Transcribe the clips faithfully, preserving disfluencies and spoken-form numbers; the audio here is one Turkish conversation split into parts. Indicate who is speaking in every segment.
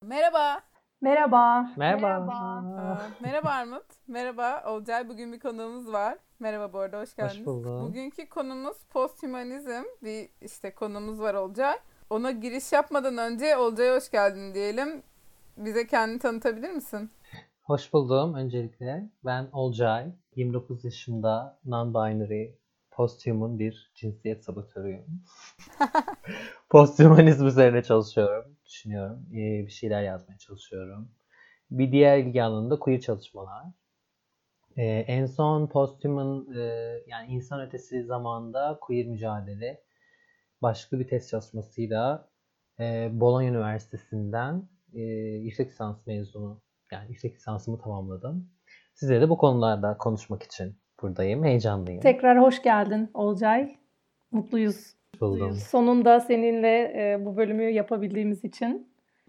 Speaker 1: Merhaba.
Speaker 2: Merhaba.
Speaker 3: Merhaba.
Speaker 1: Aa, merhaba Armut. Merhaba Olcay. Bugün bir konuğumuz var. Merhaba, bu arada hoş
Speaker 3: Hoş
Speaker 1: geldiniz.
Speaker 3: buldum.
Speaker 1: Bugünkü konumuz posthumanizm. Bir işte konumuz var Olcay. Ona giriş yapmadan önce Olcay'a hoş geldin diyelim. Bize kendini tanıtabilir misin?
Speaker 3: Hoş buldum öncelikle. Ben Olcay. yirmi dokuz yaşımda non-binary posthuman bir cinsiyet sabotörüyüm. Posthumanizm üzerine çalışıyorum, düşünüyorum. Ee, bir şeyler yazmaya çalışıyorum. Bir diğer ilgi alanım da queer çalışmalar. Ee, en son posthuman e, yani insan ötesi zamanda queer mücadele başka bir test çalışmasıyla e, Bologna Üniversitesi'nden e, yüksek lisans mezunu, yani yüksek lisansımı tamamladım. Size de bu konularda konuşmak için buradayım, heyecanlıyım.
Speaker 2: Tekrar hoş geldin Olcay. Mutluyuz.
Speaker 3: Buldum.
Speaker 2: Sonunda seninle e, bu bölümü yapabildiğimiz için.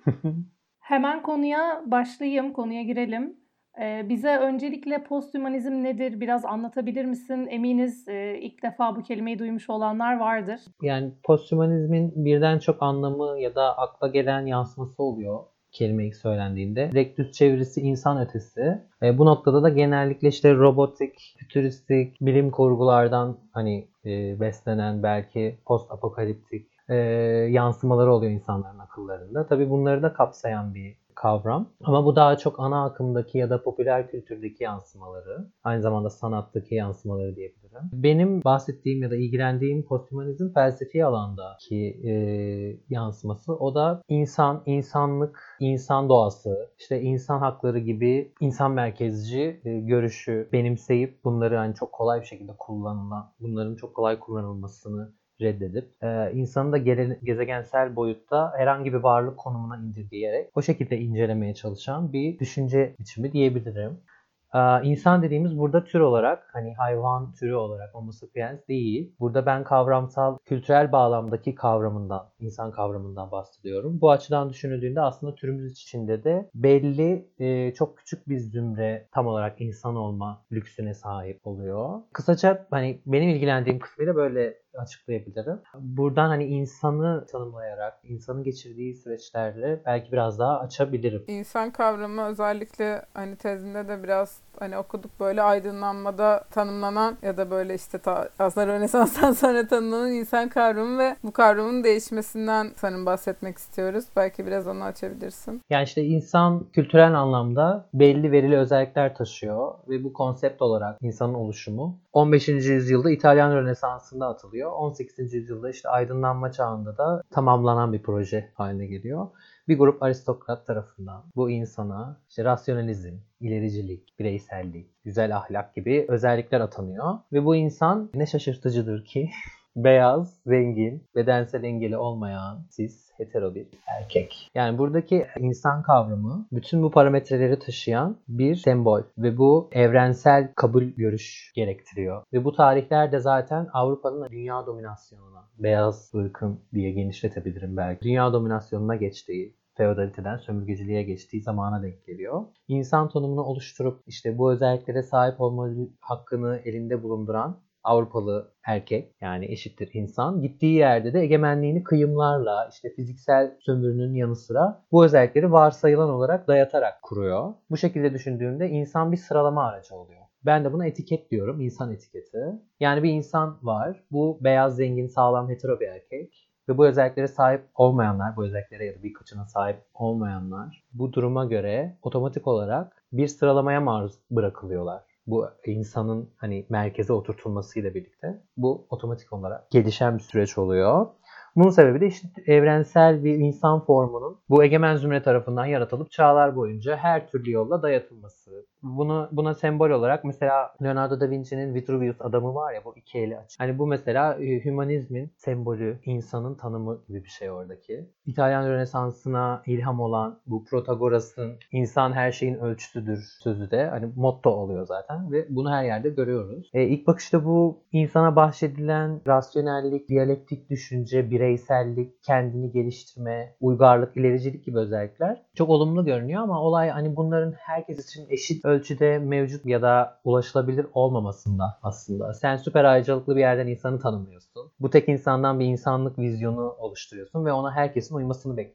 Speaker 2: Hemen konuya başlayayım, konuya girelim. E, bize öncelikle posthumanizm nedir biraz anlatabilir misin? Eminiz e, ilk defa bu kelimeyi duymuş olanlar vardır.
Speaker 3: Yani posthumanizmin birden çok anlamı ya da akla gelen yansıması oluyor kelime ilk söylendiğinde. Direkt düz çevirisi insan ötesi. E, bu noktada da genellikle işte robotik, fütüristik, bilim kurgulardan hani e, beslenen belki post apokaliptik e, yansımaları oluyor insanların akıllarında. Tabii bunları da kapsayan bir kavram. Ama bu daha çok ana akımdaki ya da popüler kültürdeki yansımaları, aynı zamanda sanattaki yansımaları diyebilirim. Benim bahsettiğim ya da ilgilendiğim posthumanizm felsefi alandaki e, yansıması. O da insan, insanlık, insan doğası, işte insan hakları gibi insan merkezci e, görüşü benimseyip bunları hani çok kolay bir şekilde kullanılan, bunların çok kolay kullanılmasını reddedip e, insanı da gele, gezegensel boyutta herhangi bir varlık konumuna indirgeyerek o şekilde incelemeye çalışan bir düşünce biçimi diyebilirim. Ee, insan dediğimiz burada tür olarak hani hayvan türü olarak Homo sapiens değil. Burada ben kavramsal, kültürel bağlamdaki kavramından, insan kavramından bahsediyorum. Bu açıdan düşünüldüğünde aslında türümüz içinde de belli e, çok küçük bir zümre tam olarak insan olma lüksüne sahip oluyor. Kısaca hani benim ilgilendiğim kısmıyla böyle açıklayabilirim. Buradan hani insanı tanımlayarak, insanın geçirdiği süreçlerle belki biraz daha açabilirim.
Speaker 1: İnsan kavramı özellikle hani tezinde de biraz hani okuduk, böyle aydınlanmada tanımlanan ya da böyle işte ta, aslında Rönesans'tan sonra tanımlanan insan kavramı ve bu kavramın değişmesinden sanırım bahsetmek istiyoruz. Belki biraz onu açabilirsin.
Speaker 3: Yani işte insan kültürel anlamda belli verili özellikler taşıyor ve bu konsept olarak insanın oluşumu on beşinci yüzyılda İtalyan Rönesansı'nda atılıyor. on sekizinci yüzyılda işte aydınlanma çağında da tamamlanan bir proje haline geliyor. Bir grup aristokrat tarafından bu insana işte rasyonalizm, ilericilik, bireysellik, güzel ahlak gibi özellikler atanıyor. Ve bu insan ne şaşırtıcıdır ki beyaz, zengin, bedensel engeli olmayan, cis, hetero bir erkek. Yani buradaki insan kavramı bütün bu parametreleri taşıyan bir sembol ve bu evrensel kabul görüş gerektiriyor. Ve bu tarihlerde zaten Avrupa'nın dünya dominasyonuna, beyaz ırkın diye genişletebilirim belki, dünya dominasyonuna geçtiği, feodaliteden sömürgeciliğe geçtiği zamana denk geliyor. İnsan tanımını oluşturup işte bu özelliklere sahip olma hakkını elinde bulunduran Avrupalı erkek, yani eşittir insan, gittiği yerde de egemenliğini kıyımlarla, işte fiziksel sömürünün yanı sıra bu özellikleri varsayılan olarak dayatarak kuruyor. Bu şekilde düşündüğümde insan bir sıralama aracı oluyor. Ben de buna etiket diyorum, insan etiketi. Yani bir insan var, bu beyaz, zengin, sağlam, hetero bir erkek. Ve bu özelliklere sahip olmayanlar, bu özelliklere ya da birkaçına sahip olmayanlar bu duruma göre otomatik olarak bir sıralamaya maruz bırakılıyorlar. Bu insanın hani merkeze oturtulmasıyla birlikte bu otomatik olarak gelişen bir süreç oluyor. Bunun sebebi de işte evrensel bir insan formunun bu egemen zümre tarafından yaratılıp çağlar boyunca her türlü yolla dayatılması. Bunu, buna sembol olarak mesela Leonardo da Vinci'nin Vitruvius adamı var ya, bu iki eli açık. Hani bu mesela hümanizmin sembolü, insanın tanımı gibi bir şey oradaki. İtalyan Rönesansı'na ilham olan bu Protagoras'ın insan her şeyin ölçüsüdür sözü de hani motto oluyor zaten ve bunu her yerde görüyoruz. E, ilk bakışta bu insana bahşedilen rasyonellik, diyalektik düşünce, bireysellik, kendini geliştirme, uygarlık, ilericilik gibi özellikler çok olumlu görünüyor ama olay hani bunların herkes için eşit ölçüde mevcut ya da ulaşılabilir olmamasında aslında. Sen süper ayrıcalıklı bir yerden insanı tanımlıyorsun. Bu tek insandan bir insanlık vizyonu oluşturuyorsun ve ona herkesin uymasını bekliyorsun.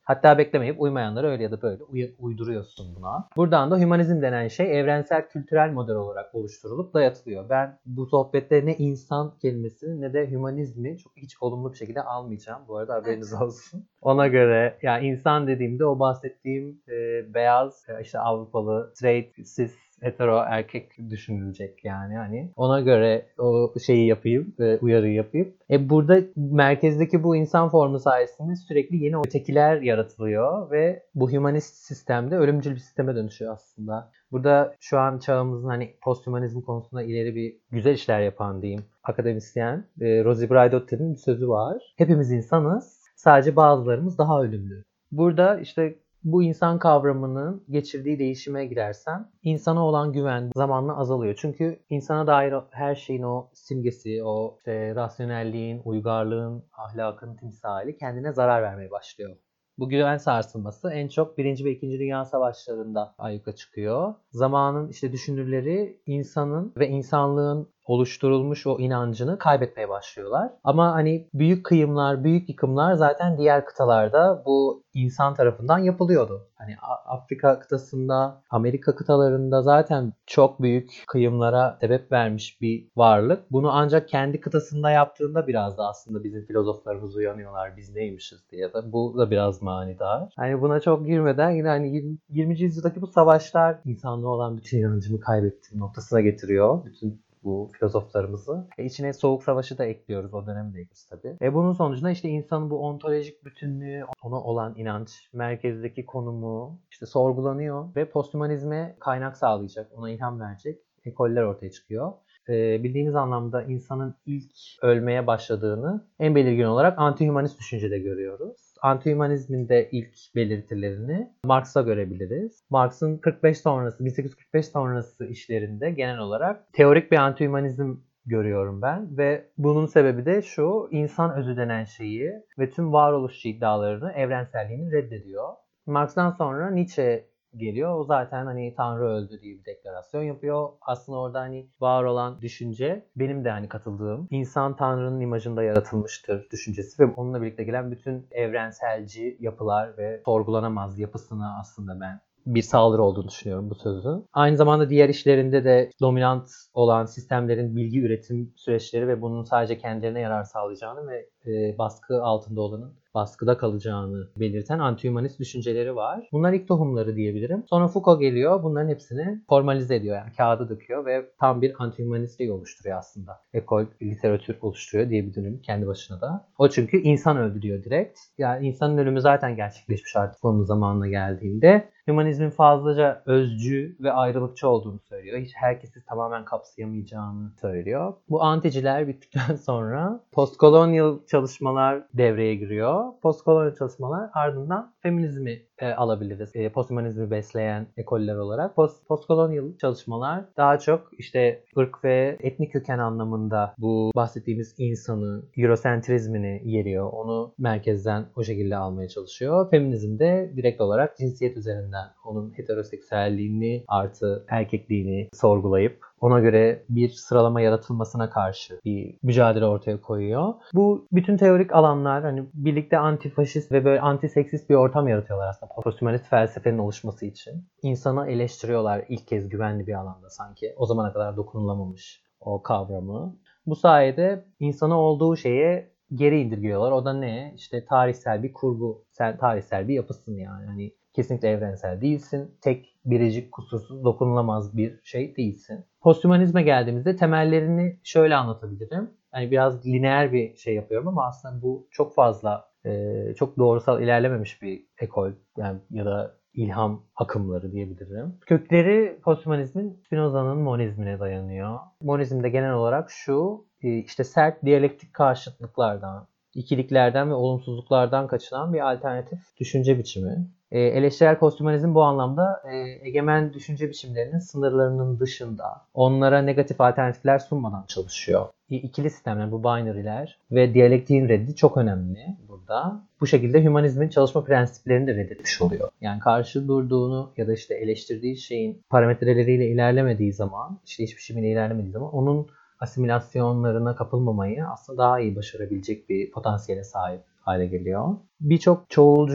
Speaker 3: Hatta beklemeyip uymayanları öyle ya da böyle uy- uyduruyorsun buna. Buradan da hümanizm denen şey evrensel kültürel model olarak oluşturulup dayatılıyor. Ben bu sohbette ne insan kelimesini ne de hümanizmi çok hiç olumlu bir şekilde almayacağım. Bu arada haberiniz olsun. Ona göre yani insan dediğimde o bahsettiğim e, beyaz e, işte Avrupalı straight cis hetero erkek düşünülecek yani hani ona göre o şeyi yapayım, e, uyarıyı yapayım. E burada merkezdeki bu insan formu sayesinde sürekli yeni ötekiler yaratılıyor ve bu hümanist sistemde ölümcül bir sisteme dönüşüyor aslında. Burada şu an çağımızın hani posthümanizm konusunda ileri bir güzel işler yapan diyeyim akademisyen e, Rosie Braidotti'nin bir sözü var. Hepimiz insanız, sadece bazılarımız daha ölümlü. Burada işte bu insan kavramının geçirdiği değişime girersem insana olan güven zamanla azalıyor. Çünkü insana dair her şeyin o simgesi, o işte rasyonelliğin, uygarlığın, ahlakın timsali kendine zarar vermeye başlıyor. Bu güven sarsılması en çok birinci ve ikinci Dünya Savaşları'nda ayyuka çıkıyor. Zamanın işte düşünürleri insanın ve insanlığın oluşturulmuş o inancını kaybetmeye başlıyorlar. Ama hani büyük kıyımlar, büyük yıkımlar zaten diğer kıtalarda bu insan tarafından yapılıyordu. Hani Afrika kıtasında, Amerika kıtalarında zaten çok büyük kıyımlara sebep vermiş bir varlık. Bunu ancak kendi kıtasında yaptığında biraz da aslında bizim filozoflarımız uyanıyorlar. Biz neymişiz diye de. Bu da biraz manidar. Hani buna çok girmeden yine hani yirminci yüzyıldaki bu savaşlar insanlığa olan bütün inancımı kaybettiğim noktasına getiriyor. Bütün bu filozoflarımızı. E içine Soğuk Savaşı da ekliyoruz. O dönemi de ekliyoruz tabii. E bunun sonucunda işte insanın bu ontolojik bütünlüğü, ona olan inanç, merkezdeki konumu işte sorgulanıyor ve posthümanizme kaynak sağlayacak, ona ilham verecek ekoller ortaya çıkıyor. E, bildiğimiz anlamda insanın ilk ölmeye başladığını en belirgin olarak anti-hümanist düşüncede görüyoruz. Anti-hümanizmin de ilk belirtilerini Marx'a görebiliriz. Marx'ın kırk beş sonrası, bin sekiz yüz kırk beş sonrası işlerinde genel olarak teorik bir anti-hümanizm görüyorum ben ve bunun sebebi de şu: insan özü denen şeyi ve tüm varoluşçu iddialarını, evrenselliğini reddediyor. Marx'tan sonra Nietzsche geliyor. O zaten hani Tanrı öldü diye bir deklarasyon yapıyor. Aslında orada hani var olan düşünce, benim de hani katıldığım, insan Tanrı'nın imajında yaratılmıştır düşüncesi ve onunla birlikte gelen bütün evrenselci yapılar ve sorgulanamaz yapısını aslında ben bir saldırı olduğunu düşünüyorum bu sözün. Aynı zamanda diğer işlerinde de dominant olan sistemlerin bilgi üretim süreçleri ve bunun sadece kendilerine yarar sağlayacağını ve e, baskı altında olanın baskıda kalacağını belirten anti-hümanist düşünceleri var. Bunlar ilk tohumları diyebilirim. Sonra Foucault geliyor. Bunların hepsini formalize ediyor. Yani kağıda döküyor ve tam bir anti-hümanistliği oluşturuyor aslında. Ekol, literatür oluşturuyor diyebilirim kendi başına da. O çünkü insan öldü diyor direkt. Yani insanın ölümü zaten gerçekleşmiş artık onun zamanına geldiğinde. Hümanizmin fazlaca özcü ve ayrılıkçı olduğunu söylüyor. Hiç herkesi tamamen kapsayamayacağını söylüyor. Bu anticiler bittikten sonra postkolonyal çalışmalar devreye giriyor. Postkolonyal çalışmalar ardından feminizmi e, alabiliriz. E, posthumanizmi besleyen ekoller olarak. Post, postkolonyal çalışmalar daha çok işte ırk ve etnik köken anlamında bu bahsettiğimiz insanı, eurosentrizmini yeriyor. Onu merkezden o şekilde almaya çalışıyor. Feminizm de direkt olarak cinsiyet üzerinden onun heteroseksüelliğini artı erkekliğini sorgulayıp ona göre bir sıralama yaratılmasına karşı bir mücadele ortaya koyuyor. Bu bütün teorik alanlar hani birlikte antifaşist ve böyle antiseksist bir ortam yaratıyorlar aslında posthumanist felsefenin oluşması için. İnsanı eleştiriyorlar ilk kez güvenli bir alanda sanki. O zamana kadar dokunulamamış o kavramı. Bu sayede insana olduğu şeye geri indirgiyorlar. O da ne? İşte tarihsel bir kurgu, sen tarihsel bir yapısın yani. Hani kesinlikle evrensel değilsin. Tek, biricik, kusursuz, dokunulamaz bir şey değilsin. Posthumanizme geldiğimizde temellerini şöyle anlatabilirim. Yani biraz lineer bir şey yapıyorum ama aslında bu çok fazla, çok doğrusal ilerlememiş bir ekol yani ya da ilham akımları diyebilirim. Kökleri posthumanizmin Spinoza'nın monizmine dayanıyor. Monizmde genel olarak şu, işte sert diyalektik karşıtlıklardan, ikiliklerden ve olumsuzluklardan kaçınan bir alternatif düşünce biçimi. E, eleştirel posthumanizm bu anlamda e, egemen düşünce biçimlerinin sınırlarının dışında onlara negatif alternatifler sunmadan çalışıyor. E, ikili sistemler, bu binary'ler ve diyalektiğin reddi çok önemli burada. Bu şekilde hümanizmin çalışma prensiplerini de reddetmiş oluyor. Yani karşı durduğunu ya da işte eleştirdiği şeyin parametreleriyle ilerlemediği zaman, işte hiçbir şeyle ilerlemediği zaman onun asimilasyonlarına kapılmamayı aslında daha iyi başarabilecek bir potansiyele sahip hale geliyor. Birçok çoğulcu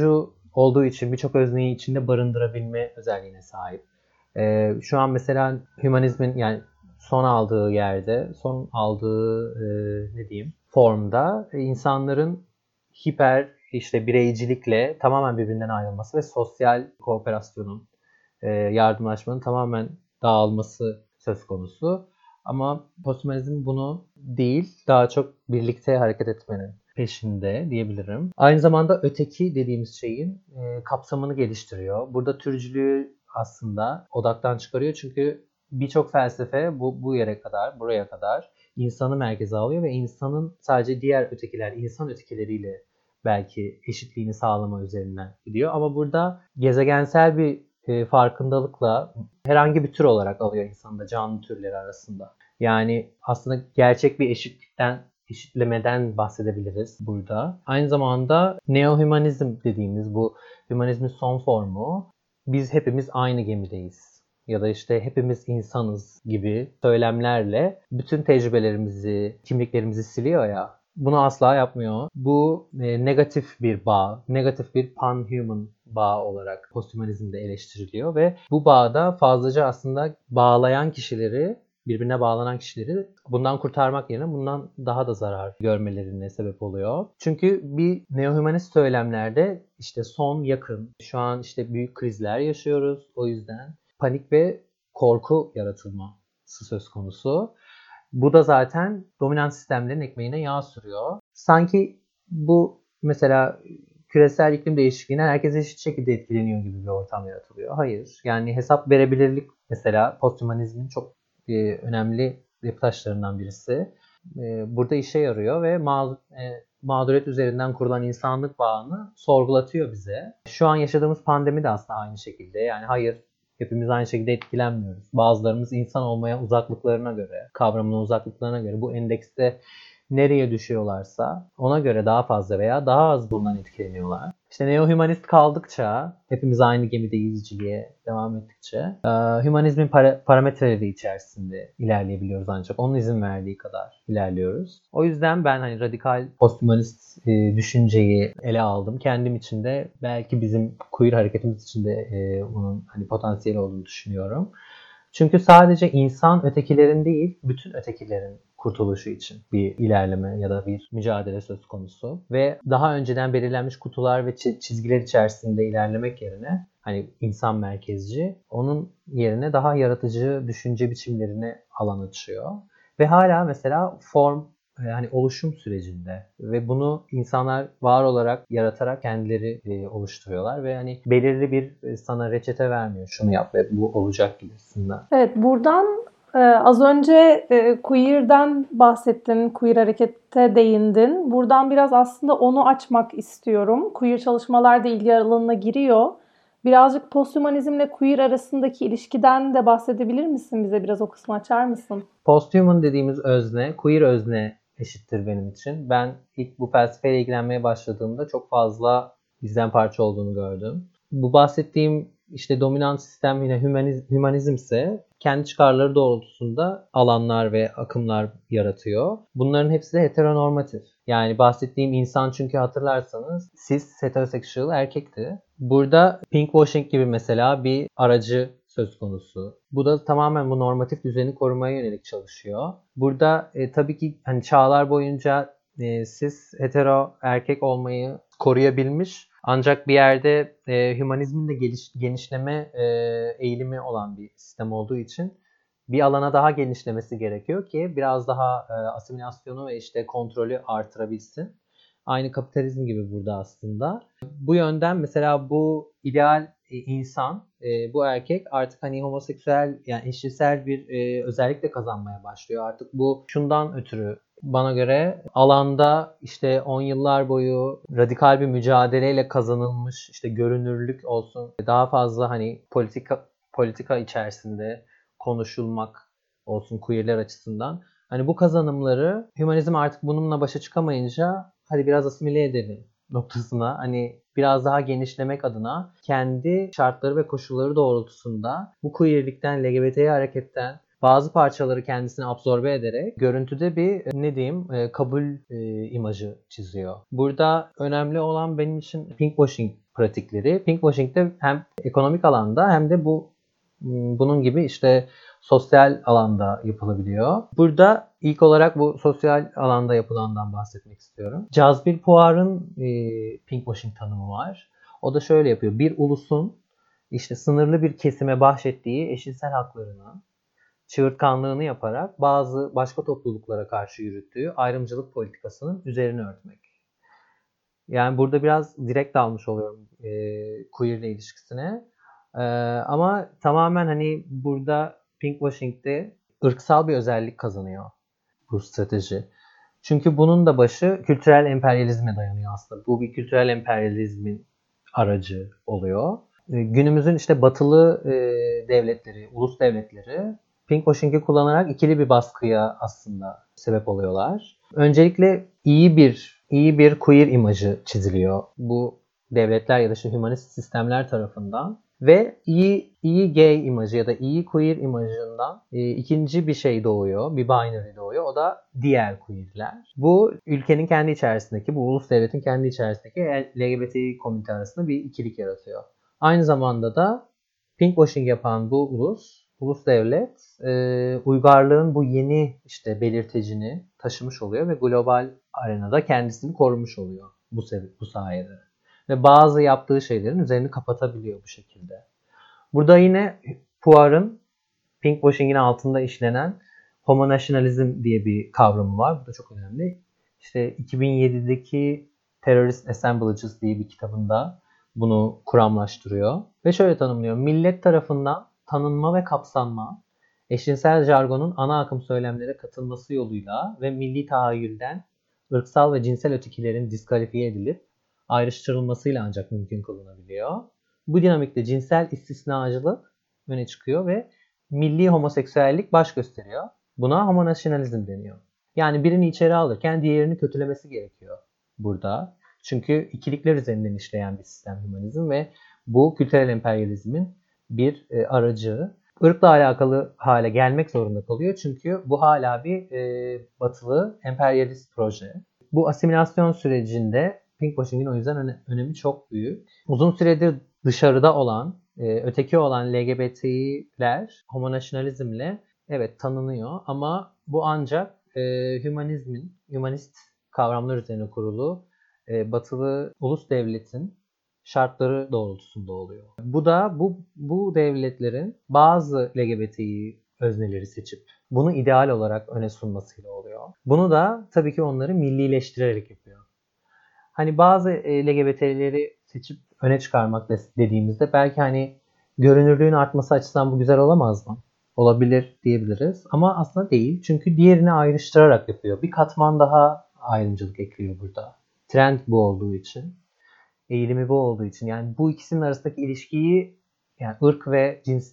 Speaker 3: olduğu için birçok özneyi içinde barındırabilme özelliğine sahip. Ee, şu an mesela hümanizmin yani son aldığı yerde, son aldığı e, ne diyeyim formda insanların hiper işte bireycilikle tamamen birbirinden ayrılması ve sosyal kooperasyonun, e, yardımlaşmanın tamamen dağılması söz konusu. Ama postmodernizm bunu değil, daha çok birlikte hareket etmenin peşinde diyebilirim. Aynı zamanda öteki dediğimiz şeyin e, kapsamını geliştiriyor. Burada türcülüğü aslında odaktan çıkarıyor çünkü birçok felsefe bu, bu yere kadar, buraya kadar insanı merkeze alıyor ve insanın sadece diğer ötekiler, insan ötekileriyle belki eşitliğini sağlama üzerinden gidiyor. Ama burada gezegensel bir e, farkındalıkla herhangi bir tür olarak alıyor insanı da canlı türleri arasında. Yani aslında gerçek bir eşitlikten, eşitlemeden bahsedebiliriz burada. Aynı zamanda neo-hümanizm dediğimiz bu hümanizmin son formu, biz hepimiz aynı gemideyiz ya da işte hepimiz insanız gibi söylemlerle bütün tecrübelerimizi, kimliklerimizi siliyor ya. Bunu asla yapmıyor. Bu e, negatif bir bağ, negatif bir pan-human bağ olarak posthumanizmde eleştiriliyor ve bu bağda fazlaca aslında bağlayan kişileri, birbirine bağlanan kişileri bundan kurtarmak yerine bundan daha da zarar görmelerine sebep oluyor. Çünkü bir neo-hümanist söylemlerde işte son yakın, şu an işte büyük krizler yaşıyoruz. O yüzden panik ve korku yaratılması söz konusu. Bu da zaten dominant sistemlerin ekmeğine yağ sürüyor. Sanki bu mesela küresel iklim değişikliğinden herkes eşit şekilde etkileniyor gibi bir ortam yaratılıyor. Hayır. Yani hesap verebilirlik mesela posthumanizmin çok e, önemli yapı taşlarından birisi. E, burada işe yarıyor ve mağdur, e, mağduriyet üzerinden kurulan insanlık bağını sorgulatıyor bize. Şu an yaşadığımız pandemi de aslında aynı şekilde. Yani hayır, hepimiz aynı şekilde etkilenmiyoruz. Bazılarımız insan olmaya uzaklıklarına göre, kavramına uzaklıklarına göre bu endekste nereye düşüyorlarsa ona göre daha fazla veya daha az bundan etkileniyorlar. İşte neo-hümanist kaldıkça, hepimiz aynı gemideyizciliğe devam ettikçe, e, hümanizmin para- parametreleri içerisinde ilerleyebiliyoruz ancak. Onun izin verdiği kadar ilerliyoruz. O yüzden ben hani radikal posthümanist e, düşünceyi ele aldım. Kendim için de belki bizim queer hareketimiz için de e, bunun hani potansiyeli olduğunu düşünüyorum. Çünkü sadece insan ötekilerin değil, bütün ötekilerin kurtuluşu için bir ilerleme ya da bir mücadele söz konusu. Ve daha önceden belirlenmiş kutular ve çizgiler içerisinde ilerlemek yerine hani insan merkezci, onun yerine daha yaratıcı düşünce biçimlerine alan açıyor. Ve hala mesela form yani oluşum sürecinde ve bunu insanlar var olarak yaratarak kendileri e, oluşturuyorlar ve hani belirli bir e, sana reçete vermiyor. Şunu yap ve bu olacak gibisinden.
Speaker 2: Evet, buradan e, az önce e, queer'den bahsettin, queer harekete değindin. Buradan biraz aslında onu açmak istiyorum. Queer çalışmalar da ilgi alanına giriyor. Birazcık posthumanizmle queer arasındaki ilişkiden de bahsedebilir misin? Bize biraz o kısmı açar mısın?
Speaker 3: Posthuman dediğimiz özne, queer özne eşittir benim için. Ben ilk bu felsefeyle ilgilenmeye başladığımda çok fazla bizden parça olduğunu gördüm. Bu bahsettiğim işte dominant sistem yine hümaniz, hümanizm ise kendi çıkarları doğrultusunda alanlar ve akımlar yaratıyor. Bunların hepsi de heteronormatif. Yani bahsettiğim insan çünkü hatırlarsanız cis heteroseksüel erkekti. Burada pinkwashing gibi mesela bir aracı söz konusu. Bu da tamamen bu normatif düzeni korumaya yönelik çalışıyor. Burada e, tabii ki hani çağlar boyunca e, cis hetero erkek olmayı koruyabilmiş. Ancak bir yerde e, hümanizmin de geliş, genişleme e, eğilimi olan bir sistem olduğu için bir alana daha genişlemesi gerekiyor ki biraz daha e, asimilasyonu ve işte kontrolü artırabilsin. Aynı kapitalizm gibi burada aslında. Bu yönden mesela bu ideal e, insan, e, bu erkek artık hani homoseksüel yani eşcinsel bir e, özellik de kazanmaya başlıyor. Artık bu şundan ötürü bana göre alanda işte on yıllar boyu radikal bir mücadeleyle kazanılmış işte görünürlük olsun, daha fazla hani politika politika içerisinde konuşulmak olsun queerler açısından. Hani bu kazanımları hümanizm artık bununla başa çıkamayınca hadi biraz asimile edelim noktasına hani biraz daha genişlemek adına kendi şartları ve koşulları doğrultusunda bu queerlikten, L G B T hareketten bazı parçaları kendisine absorbe ederek görüntüde bir ne diyeyim kabul e, imajı çiziyor. Burada önemli olan benim için pinkwashing pratikleri pinkwashing'de hem ekonomik alanda hem de bu bunun gibi işte sosyal alanda yapılabiliyor. Burada ilk olarak bu sosyal alanda yapılandan bahsetmek istiyorum. Cazbil Puar'ın e, pinkwashing tanımı var. O da şöyle yapıyor. Bir ulusun işte sınırlı bir kesime bahşettiği eşcinsel haklarını, çığırtkanlığını yaparak bazı başka topluluklara karşı yürüttüğü ayrımcılık politikasının üzerini örtmek. Yani burada biraz direkt almış oluyorum e, queer ile ilişkisine. E, ama tamamen hani burada pinkwashing'de ırksal bir özellik kazanıyor bu strateji. Çünkü bunun da başı kültürel emperyalizme dayanıyor aslında. Bu bir kültürel emperyalizmin aracı oluyor. E, günümüzün işte batılı e, devletleri, ulus devletleri pinkwashing'i kullanarak ikili bir baskıya aslında sebep oluyorlar. Öncelikle iyi bir iyi bir queer imajı çiziliyor bu devletler ya da işte humanist sistemler tarafından ve iyi iyi gay imajı ya da iyi queer imajından e, ikinci bir şey doğuyor, bir binary doğuyor. O da diğer queerler. Bu ülkenin kendi içerisindeki, bu ulus devletin kendi içerisindeki L G B T komünite arasında bir ikilik yaratıyor. Aynı zamanda da pinkwashing yapan bu ulus Ulus devlet e, uygarlığın bu yeni işte belirtecini taşımış oluyor ve global arenada kendisini korumuş oluyor bu bu sayede. Ve bazı yaptığı şeylerin üzerini kapatabiliyor bu şekilde. Burada yine Puar'ın pinkwashing'in altında işlenen homonationalizm diye bir kavramı var. Bu da çok önemli. İşte iki bin yedideki Terrorist Assemblages diye bir kitabında bunu kuramlaştırıyor. Ve şöyle tanımlıyor. Millet tarafından tanınma ve kapsanma, eşcinsel jargonun ana akım söylemlere katılması yoluyla ve milli tahayyülden ırksal ve cinsel ötekilerin diskalifiye edilip ayrıştırılmasıyla ancak mümkün kılınabiliyor. Bu dinamikte cinsel istisnacılık öne çıkıyor ve milli homoseksüellik baş gösteriyor. Buna homonasyonalizm deniyor. Yani birini içeri alırken diğerini kötülemesi gerekiyor burada. Çünkü ikilikler üzerinden işleyen bir sistem hümanizm ve bu kültürel emperyalizmin bir e, aracı. Irkla alakalı hale gelmek zorunda kalıyor. Çünkü bu hala bir e, batılı emperyalist proje. Bu asimilasyon sürecinde pinkwashing'in o yüzden öne, önemi çok büyük. Uzun süredir dışarıda olan, e, öteki olan L G B T'ler homonasyonalizmle evet tanınıyor ama bu ancak e, hümanizmin, hümanist kavramlar üzerine kurulu e, batılı ulus devletin şartları doğrultusunda oluyor. Bu da bu bu devletlerin bazı L G B T'yi özneleri seçip bunu ideal olarak öne sunmasıyla oluyor. Bunu da tabii ki onları millileştirerek yapıyor. Hani bazı L G B T'leri seçip öne çıkarmak dediğimizde belki hani görünürlüğün artması açısından bu güzel olamaz mı? Olabilir diyebiliriz ama aslında değil. Çünkü diğerini ayrıştırarak yapıyor. Bir katman daha ayrımcılık ekliyor burada. Trend bu olduğu için. Eğilimi bu olduğu için. Yani bu ikisinin arasındaki ilişkiyi yani ırk ve cins,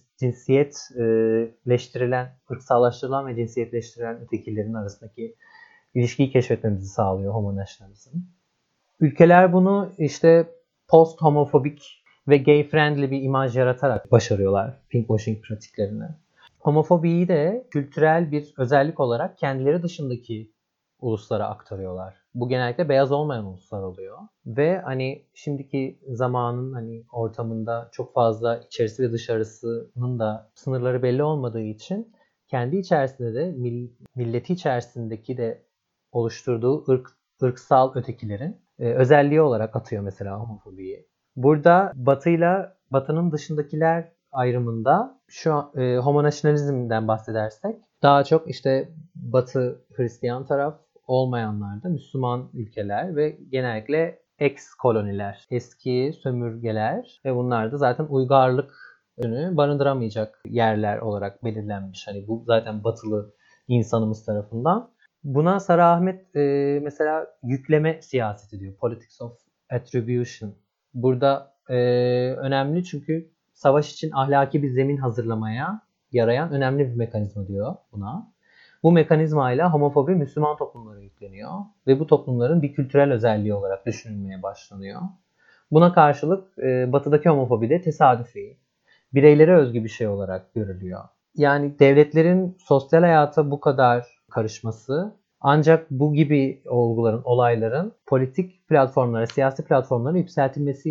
Speaker 3: cinsiyetleştirilen, ırksallaştırılan ve cinsiyetleştirilen ötekilerin arasındaki ilişkiyi keşfetmemizi sağlıyor homonationalizm. Ülkeler bunu işte post homofobik ve gay friendly bir imaj yaratarak başarıyorlar pinkwashing pratiklerini. Homofobiyi de kültürel bir özellik olarak kendileri dışındaki uluslara aktarıyorlar. Bu genellikle beyaz olmayan uluslar oluyor. Ve hani şimdiki zamanın hani ortamında çok fazla içerisi ve dışarısının da sınırları belli olmadığı için kendi içerisinde de milleti içerisindeki de oluşturduğu ırk, ırksal ötekilerin e, özelliği olarak atıyor mesela homofobiyi. Burada Batı'yla Batı'nın dışındakiler ayrımında şu e, homonasyonalizmden bahsedersek daha çok işte Batı Hristiyan taraf, olmayanlar da Müslüman ülkeler ve genellikle ex-koloniler, eski sömürgeler ve bunlar da zaten uygarlık ürünü barındıramayacak yerler olarak belirlenmiş. Hani bu zaten batılı insanımız tarafından. Buna Sara Ahmet e, mesela yükleme siyaseti diyor. Politics of Attribution. Burada e, önemli çünkü savaş için ahlaki bir zemin hazırlamaya yarayan önemli bir mekanizma diyor buna. Bu mekanizmayla homofobi Müslüman toplumlara yükleniyor ve bu toplumların bir kültürel özelliği olarak düşünülmeye başlanıyor. Buna karşılık e, batıdaki homofobi de tesadüfi, bireylere özgü bir şey olarak görülüyor. Yani devletlerin sosyal hayata bu kadar karışması ancak bu gibi olguların, olayların politik platformlara, siyasi platformlara yükseltilmesiyle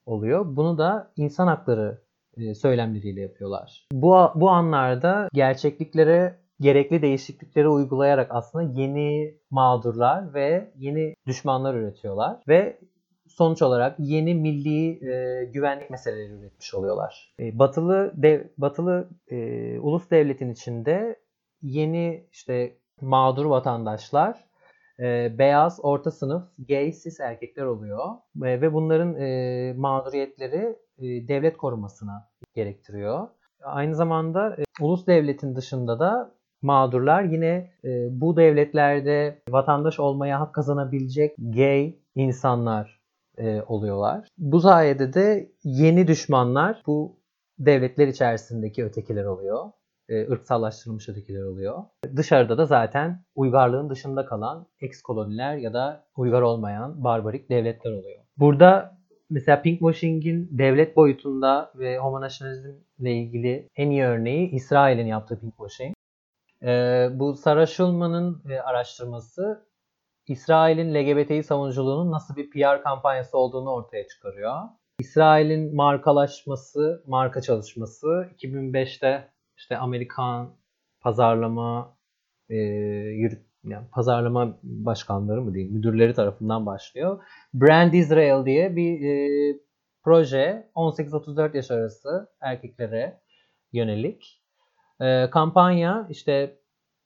Speaker 3: oluyor. Bunu da insan hakları e, söylemleriyle yapıyorlar. Bu, bu anlarda gerçekliklere gerekli değişiklikleri uygulayarak aslında yeni mağdurlar ve yeni düşmanlar üretiyorlar ve sonuç olarak yeni milli e, güvenlik meseleleri üretmiş oluyorlar. E, batılı dev, batılı e, ulus devletin içinde yeni işte mağdur vatandaşlar e, beyaz, orta sınıf, gay, cis erkekler oluyor e, ve bunların e, mağduriyetleri e, devlet korumasına gerektiriyor. Aynı zamanda e, ulus devletin dışında da mağdurlar yine e, bu devletlerde vatandaş olmaya hak kazanabilecek gay insanlar e, oluyorlar. Bu sayede de yeni düşmanlar bu devletler içerisindeki ötekiler oluyor. E, ırksallaştırılmış ötekiler oluyor. Dışarıda da zaten uygarlığın dışında kalan ex-koloniler ya da uygar olmayan barbarik devletler oluyor. Burada mesela pinkwashing'in devlet boyutunda ve homonasyonalizmle ilgili en iyi örneği İsrail'in yaptığı pinkwashing. Ee, bu Sarah Schulman'ın e, araştırması İsrail'in L G B T savunuculuğunun nasıl bir P R kampanyası olduğunu ortaya çıkarıyor. İsrail'in markalaşması, marka çalışması iki bin beşte işte Amerikan pazarlama e, yürüt, yani pazarlama başkanları mı diyeyim, müdürleri tarafından başlıyor. Brand Israel diye bir e, proje on sekiz otuz dört yaş arası erkeklere yönelik. E, kampanya işte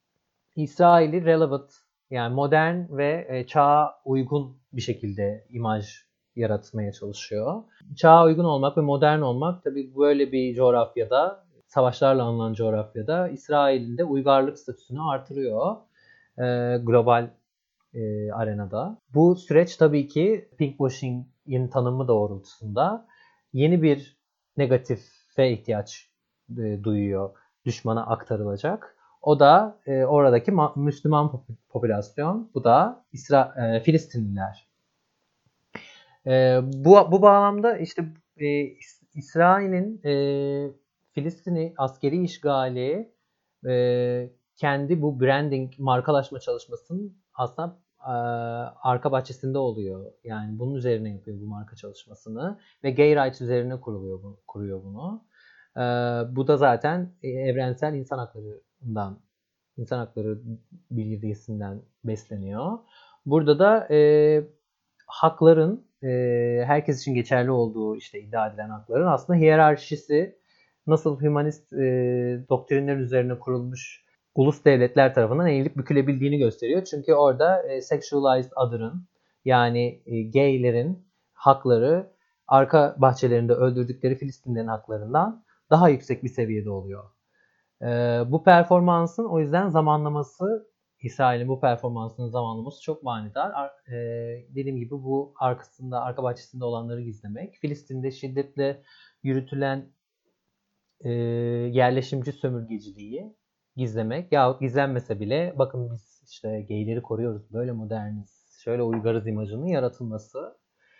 Speaker 3: İsrail'i relevant yani modern ve e, çağa uygun bir şekilde imaj yaratmaya çalışıyor. Çağa uygun olmak ve modern olmak tabii böyle bir coğrafyada, savaşlarla anılan coğrafyada İsrail'in de uygarlık statüsünü artırıyor e, global e, arenada. Bu süreç tabii ki pinkwashing'in tanımı doğrultusunda yeni bir negatife ihtiyaç e, duyuyor, düşmana aktarılacak. O da e, oradaki ma- Müslüman popülasyon, bu da İsra e, Filistinliler. E, bu bu bağlamda işte e, İsrail'in e, Filistin'i askeri işgali e, kendi bu branding, markalaşma çalışmasının aslında e, arka bahçesinde oluyor. Yani bunun üzerine yapıyor bu marka çalışmasını ve gay rights üzerine kuruluyor bu, kuruyor bunu. E, bu da zaten e, evrensel insan haklarından, insan hakları bildirgesinden besleniyor. Burada da e, hakların e, herkes için geçerli olduğu işte iddia edilen hakların aslında hiyerarşisi nasıl hümanist e, doktrinler üzerine kurulmuş ulus devletler tarafından eğilip bükülebildiğini gösteriyor. Çünkü orada e, sexualized other'ın yani e, gaylerin hakları arka bahçelerinde öldürdükleri Filistinlerin haklarından daha yüksek bir seviyede oluyor. E, bu performansın o yüzden zamanlaması, İsrail'in bu performansının zamanlaması çok manidar. E, dediğim gibi bu arkasında, arka bahçesinde olanları gizlemek. Filistin'de şiddetle yürütülen e, yerleşimci sömürgeciliği gizlemek yahut gizlenmese bile bakın biz işte gayleri koruyoruz, böyle moderniz, şöyle uygarız imajının yaratılması.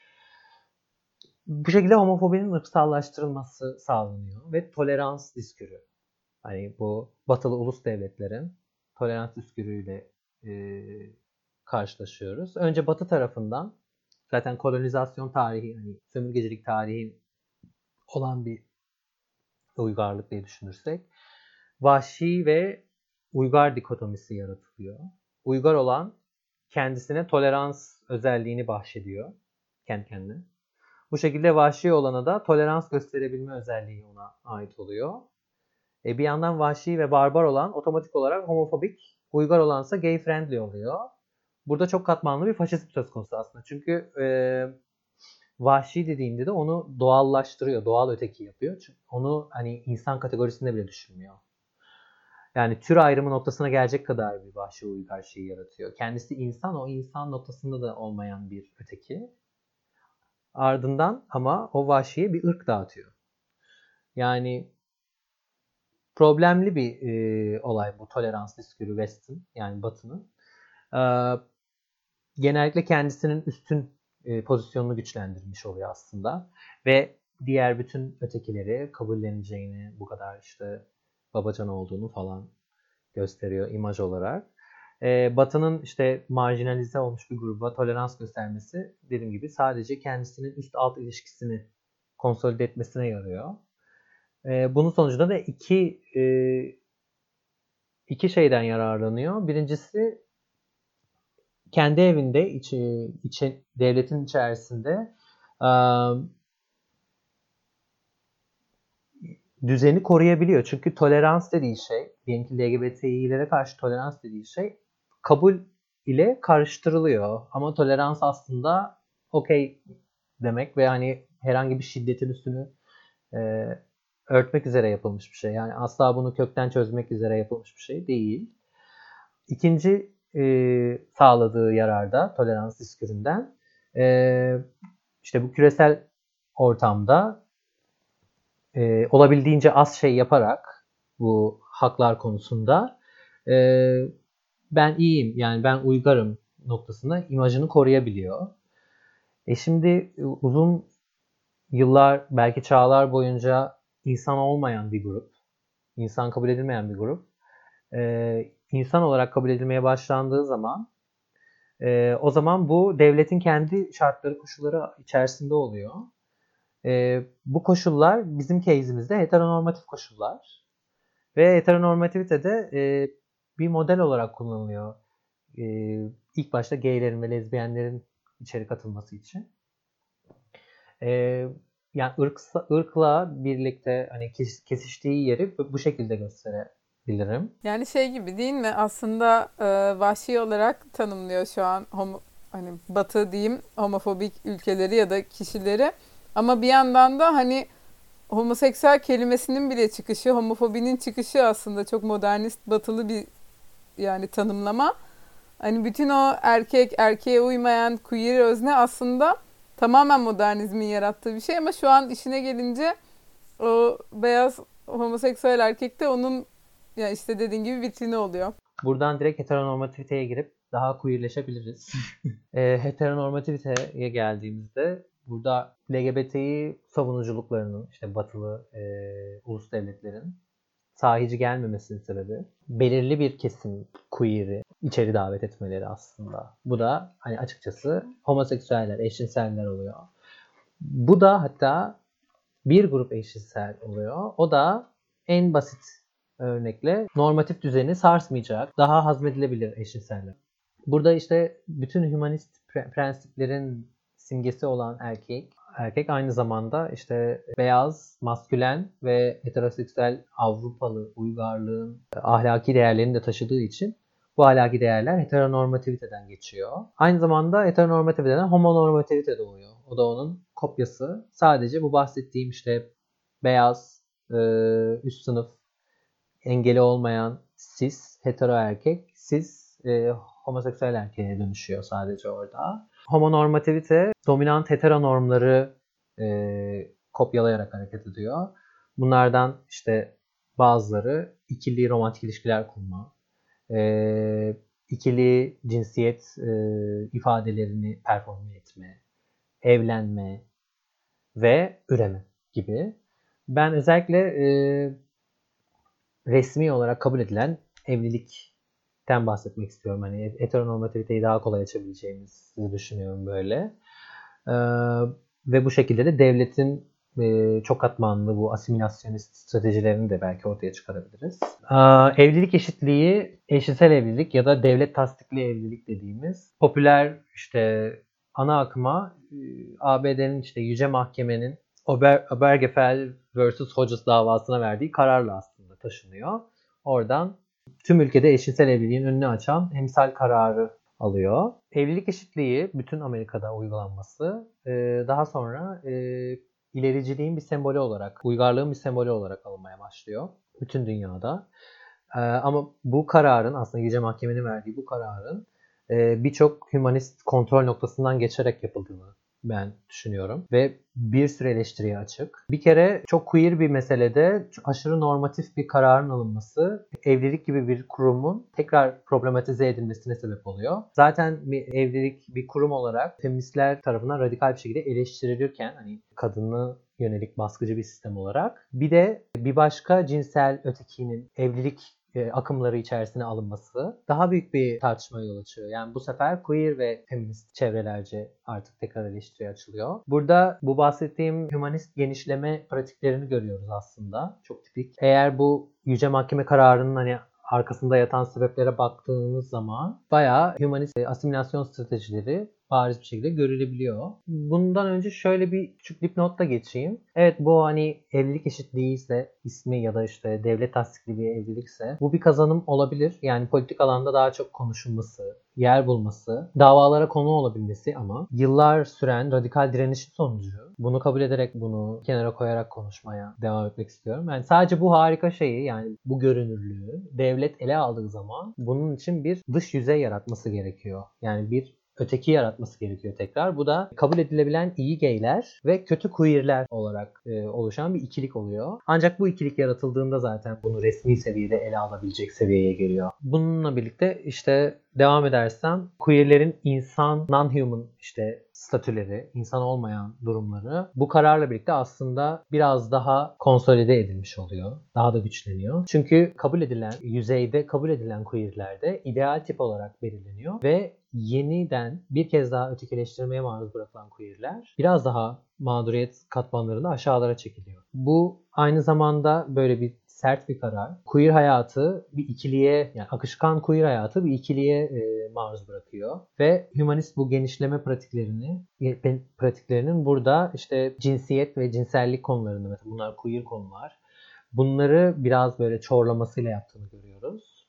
Speaker 3: Bu şekilde homofobinin ırksallaştırılması sağlanıyor ve tolerans diskuru. Hani bu batılı ulus devletlerin tolerans diskuruyla e, karşılaşıyoruz. Önce batı tarafından zaten kolonizasyon tarihi, hani sömürgecilik tarihi olan bir uygarlık diye düşünürsek vahşi ve uygar dikotomisi yaratılıyor. Uygar olan kendisine tolerans özelliğini bahşediyor kendi kendine. Bu şekilde vahşi olana da tolerans gösterebilme özelliği ona ait oluyor. E bir yandan vahşi ve barbar olan otomatik olarak homofobik, uygar olansa gay friendly oluyor. Burada çok katmanlı bir faşizm söz konusu aslında. Çünkü e, vahşi dediğinde de onu doğallaştırıyor, doğal öteki yapıyor. Çünkü onu hani insan kategorisinde bile düşünmüyor. Yani tür ayrımı noktasına gelecek kadar bir vahşi uygar şeyi yaratıyor. Kendisi insan, o insan noktasında da olmayan bir öteki. Ardından ama o vahşiye bir ırk dağıtıyor. Yani problemli bir e, olay bu tolerans diskuru West'in, yani Batı'nın. E, genellikle kendisinin üstün e, pozisyonunu güçlendirmiş oluyor aslında. Ve diğer bütün ötekileri kabulleneceğini, bu kadar işte babacan olduğunu falan gösteriyor imaj olarak. E, Batı'nın işte marjinalize olmuş bir gruba tolerans göstermesi, dediğim gibi sadece kendisinin üst alt ilişkisini konsolide etmesine yarıyor. E, bunun sonucunda da iki e, iki şeyden yararlanıyor. Birincisi kendi evinde içi, içi, devletin içerisinde e, düzeni koruyabiliyor. Çünkü tolerans dediği şey, diyelim ki L G B T İ'lere karşı tolerans dediği şey kabul ile karıştırılıyor. Ama tolerans aslında okey demek ve hani herhangi bir şiddetin üstünü e, örtmek üzere yapılmış bir şey. Yani asla bunu kökten çözmek üzere yapılmış bir şey değil. İkinci e, sağladığı yararda tolerans diskursünden e, işte bu küresel ortamda e, olabildiğince az şey yaparak bu haklar konusunda e, ben iyiyim, yani ben uygarım noktasında imajını koruyabiliyor. E şimdi uzun yıllar, belki çağlar boyunca insan olmayan bir grup, insan kabul edilmeyen bir grup, e, insan olarak kabul edilmeye başlandığı zaman e, o zaman bu devletin kendi şartları, koşulları içerisinde oluyor. E, bu koşullar bizim case'imizde heteronormatif koşullar ve heteronormativite de e, bir model olarak kullanılıyor. E, ilk başta gaylerin ve lezbiyenlerin içeri katılması için. E, yani ırk, ırkla birlikte hani kesiştiği yeri bu şekilde gösterebilirim.
Speaker 1: Yani şey gibi değil mi? Aslında e, vahşi olarak tanımlıyor şu an homo, hani Batı diyeyim homofobik ülkeleri ya da kişileri. Ama bir yandan da hani homoseksüel kelimesinin bile çıkışı, homofobinin çıkışı aslında çok modernist, batılı bir yani tanımlama. Hani bütün o erkek, erkeğe uymayan queer özne aslında tamamen modernizmin yarattığı bir şey ama şu an işine gelince o beyaz homoseksüel erkek de onun ya işte dediğin gibi vitrini oluyor.
Speaker 3: Buradan direkt heteronormativiteye girip daha queerleşebiliriz. e, heteronormativiteye geldiğimizde burada L G B T İ savunuculuklarının, işte batılı e, ulus devletlerin sahici gelmemesinin sebebi belirli bir kesim queer'i içeri davet etmeleri aslında. Bu da hani açıkçası homoseksüeller, eşcinseller oluyor. Bu da hatta bir grup eşcinsel oluyor. O da en basit örnekle normatif düzeni sarsmayacak, daha hazmedilebilir eşcinseller. Burada işte bütün hümanist prensiplerin simgesi olan erkek, erkek aynı zamanda işte beyaz, maskülen ve heteroseksüel Avrupalı uygarlığın ahlaki değerlerini de taşıdığı için bu ahlaki değerler heteronormativiteden geçiyor. Aynı zamanda heteronormativiteden homonormativite doğuyor. O da onun kopyası. Sadece bu bahsettiğim işte beyaz, üst sınıf, engeli olmayan cis, hetero erkek, cis, e, homoseksüel erkeğe dönüşüyor sadece orada. Homonormativite, dominant heteronormları e, kopyalayarak hareket ediyor. Bunlardan işte bazıları ikili romantik ilişkiler kurma, e, ikili cinsiyet e, ifadelerini performe etme, evlenme ve üreme gibi. Ben özellikle e, resmi olarak kabul edilen evlilikten bahsetmek istiyorum. Hani heteronormativiteyi daha kolay açabileceğimizi düşünüyorum böyle. Ee, ve bu şekilde de devletin e, çok katmanlı bu asimilasyonist stratejilerini de belki ortaya çıkarabiliriz. Ee, evlilik eşitliği, eşcinsel evlilik ya da devlet tasdikli evlilik dediğimiz popüler işte ana akıma e, A B D'nin işte Yüce Mahkemenin Ober, Obergefell versus. Hodges davasına verdiği kararla aslında taşınıyor. Oradan tüm ülkede eşcinsel evliliğin önünü açan emsal kararı alıyor. Evlilik eşitliği bütün Amerika'da uygulanması daha sonra ilericiliğin bir sembolü olarak, uygarlığın bir sembolü olarak alınmaya başlıyor. Bütün dünyada. Ama bu kararın, aslında Yüce Mahkemenin verdiği bu kararın birçok hümanist kontrol noktasından geçerek yapıldığını ben düşünüyorum. Ve bir sürü eleştiriye açık. Bir kere çok queer bir meselede aşırı normatif bir kararın alınması evlilik gibi bir kurumun tekrar problematize edilmesine sebep oluyor. Zaten bir evlilik bir kurum olarak feministler tarafından radikal bir şekilde eleştirilirken hani kadını yönelik baskıcı bir sistem olarak bir de bir başka cinsel ötekinin evlilik e, akımları içerisine alınması daha büyük bir tartışmaya yol açıyor. Yani bu sefer queer ve feminist çevrelerce artık tekrar eleştiriye açılıyor. Burada bu bahsettiğim hümanist genişleme pratiklerini görüyoruz aslında. Çok tipik. Eğer bu Yüce Mahkeme kararının hani arkasında yatan sebeplere baktığımız zaman bayağı hümanist asimilasyon stratejileri bariz bir şekilde görülebiliyor. Bundan önce şöyle bir küçük dipnotla geçeyim. Evet, bu hani evlilik eşitliği ise ismi ya da işte devlet tasdikli bir evlilikse bu bir kazanım olabilir. Yani politik alanda daha çok konuşulması, yer bulması, davalara konu olabilmesi ama yıllar süren radikal direnişin sonucu bunu kabul ederek bunu kenara koyarak konuşmaya devam etmek istiyorum. Yani sadece bu harika şeyi, yani bu görünürlüğü devlet ele aldığı zaman bunun için bir dış yüzey yaratması gerekiyor. Yani bir öteki yaratması gerekiyor tekrar. Bu da kabul edilebilen iyi gayler ve kötü queerler olarak e, oluşan bir ikilik oluyor. Ancak bu ikilik yaratıldığında zaten bunu resmi seviyede ele alabilecek seviyeye geliyor. Bununla birlikte işte devam edersem queerlerin insan, non-human işte statüleri, insan olmayan durumları bu kararla birlikte aslında biraz daha konsolide edilmiş oluyor. Daha da güçleniyor. Çünkü kabul edilen, yüzeyde kabul edilen queerlerde ideal tip olarak belirleniyor ve yeniden bir kez daha ötekileştirmeye maruz bırakılan queerler biraz daha mağduriyet katmanlarında aşağılara çekiliyor. Bu aynı zamanda böyle bir sert bir karar. Queer hayatı bir ikiliye, yani akışkan queer hayatı bir ikiliye e, maruz bırakıyor. Ve humanist bu genişleme pratiklerini, pratiklerinin burada işte cinsiyet ve cinsellik konularında, mesela bunlar queer konular, bunları biraz böyle çorlamasıyla yaptığını görüyoruz.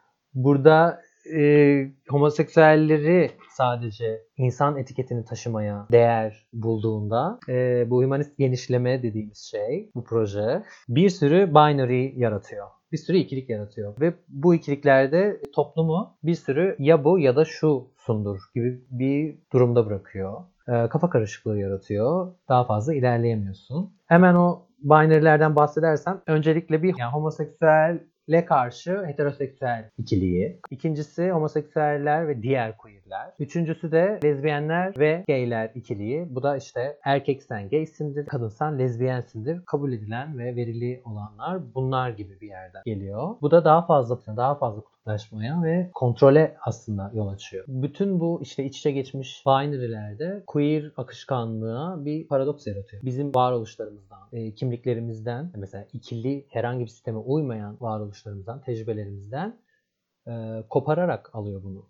Speaker 3: Burada e, homoseksüelleri sadece insan etiketini taşımaya değer bulduğunda e, bu humanist genişleme dediğimiz şey, bu proje bir sürü binary yaratıyor. Bir sürü ikilik yaratıyor. Ve bu ikiliklerde toplumu bir sürü ya bu ya da şu sundur gibi bir durumda bırakıyor. E, kafa karışıklığı yaratıyor. Daha fazla ilerleyemiyorsun. Hemen o binary'lerden bahsedersem öncelikle bir yani homoseksüel le karşı heteroseksüel ikiliği. İkincisi homoseksüeller ve diğer queerler. Üçüncüsü de lezbiyenler ve gayler ikiliği. Bu da işte erkeksen gaysindir, kadınsan lezbiyensindir. Kabul edilen ve verili olanlar bunlar gibi bir yerden geliyor. Bu da daha fazla daha fazla kutuplaşmaya ve kontrole aslında yol açıyor. Bütün bu işte iç içe geçmiş binary'lerde queer akışkanlığa bir paradoks yaratıyor. Bizim varoluşlarımızdan, e, kimliklerimizden, mesela ikili herhangi bir sisteme uymayan varoluşlarımızdan, tecrübelerimizden e, kopararak alıyor bunu.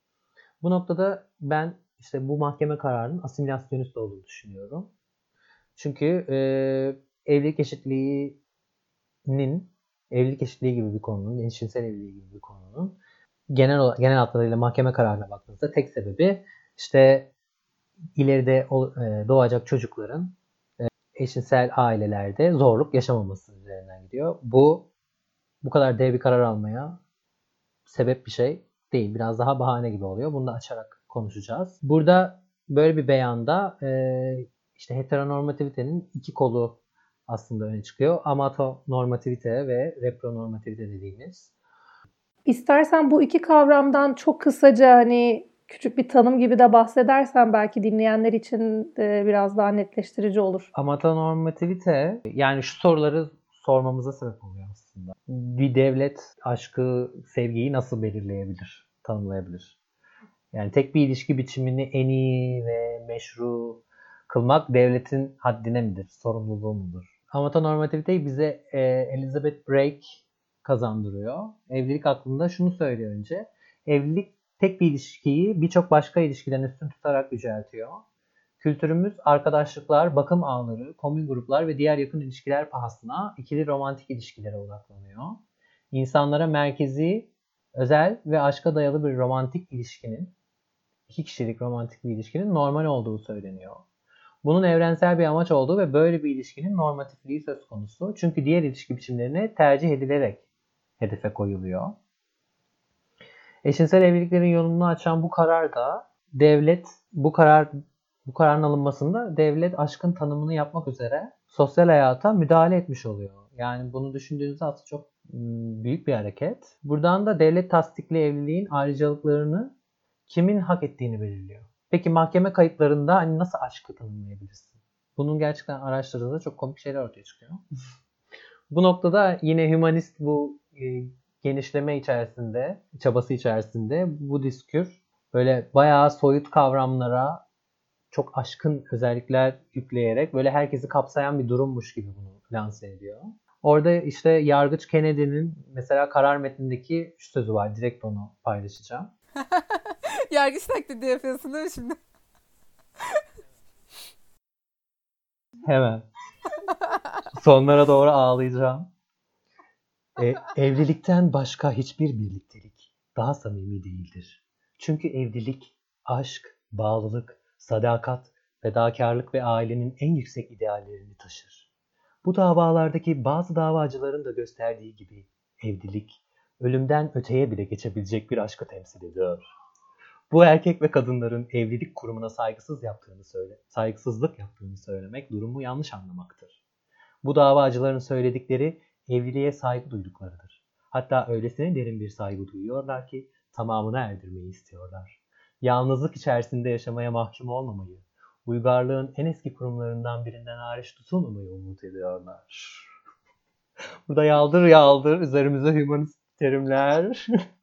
Speaker 3: Bu noktada ben işte bu mahkeme kararının asimilasyonist olduğunu düşünüyorum. Çünkü e, evlilik eşitliğinin, evlilik eşitliği gibi bir konunun, eşcinsel evliliği gibi bir konunun genel genel hatlarıyla mahkeme kararına baktığınızda tek sebebi işte ileride doğacak çocukların eşcinsel ailelerde zorluk yaşamaması üzerinden gidiyor. Bu bu kadar dev bir karar almaya sebep bir şey değil. Biraz daha bahane gibi oluyor. Bunu da açarak konuşacağız. Burada böyle bir beyanda işte heteronormativitenin iki kolu aslında öne çıkıyor. Amatonormativite ve repronormativite dediğimiz.
Speaker 2: İstersen bu iki kavramdan çok kısaca hani küçük bir tanım gibi de bahsedersen belki dinleyenler için de biraz daha netleştirici olur.
Speaker 3: Amatonormativite yani şu soruları sormamıza sebep oluyor aslında. Bir devlet aşkı, sevgiyi nasıl belirleyebilir, tanımlayabilir? Yani tek bir ilişki biçimini en iyi ve meşru kılmak devletin haddine midir, sorumluluğu mudur? Amatonormativiteyi bize e, Elizabeth Brake kazandırıyor. Evlilik hakkında şunu söylüyor önce. Evlilik tek bir ilişkiyi birçok başka ilişkiden üstün tutarak yüceltiyor. Kültürümüz arkadaşlıklar, bakım ağları, komün gruplar ve diğer yakın ilişkiler pahasına ikili romantik ilişkilere odaklanıyor. İnsanlara merkezi, özel ve aşka dayalı bir romantik ilişkinin, iki kişilik romantik bir ilişkinin normal olduğu söyleniyor. Bunun evrensel bir amaç olduğu ve böyle bir ilişkinin normatifliği söz konusu. Çünkü diğer ilişki biçimlerine tercih edilerek hedefe koyuluyor. Eşcinsel evliliklerin yolunu açan bu karar da devlet bu karar bu kararın alınmasında devlet aşkın tanımını yapmak üzere sosyal hayata müdahale etmiş oluyor. Yani bunu düşündüğünüzde aslında çok büyük bir hareket. Buradan da devlet tasdikli evliliğin ayrıcalıklarını kimin hak ettiğini belirliyor. Peki mahkeme kayıtlarında hani nasıl aşkı tanımlayabilirsin? Bunun gerçekten araştırdığında çok komik şeyler ortaya çıkıyor. Bu noktada yine hümanist bu genişleme içerisinde, çabası içerisinde bu diskurs böyle bayağı soyut kavramlara çok aşkın özellikler yükleyerek böyle herkesi kapsayan bir durummuş gibi bunu lanse ediyor. Orada işte Yargıç Kennedy'nin mesela karar metnindeki şu sözü var. Direkt onu paylaşacağım.
Speaker 1: Yargıç taklidi yapıyorsun değil mi şimdi?
Speaker 3: Hemen. Sonlara doğru ağlayacağım. E, evlilikten başka hiçbir birliktelik daha samimi değildir. Çünkü evlilik, aşk, bağlılık, sadakat, fedakarlık ve ailenin en yüksek ideallerini taşır. Bu davalardaki bazı davacıların da gösterdiği gibi evlilik, ölümden öteye bile geçebilecek bir aşkı temsil ediyor. Bu erkek ve kadınların evlilik kurumuna saygısız yaptığını söyle, saygısızlık yaptığını söylemek durumu yanlış anlamaktır. Bu davacıların söyledikleri evliliğe saygı duyduklarıdır. Hatta öylesine derin bir saygı duyuyorlar ki tamamına erdirmeyi istiyorlar. Yalnızlık içerisinde yaşamaya mahkum olmamayı, uygarlığın en eski kurumlarından birinden hariç tutulmamayı umut ediyorlar. Burada yaldır yaldır üzerimize hümanist terimler.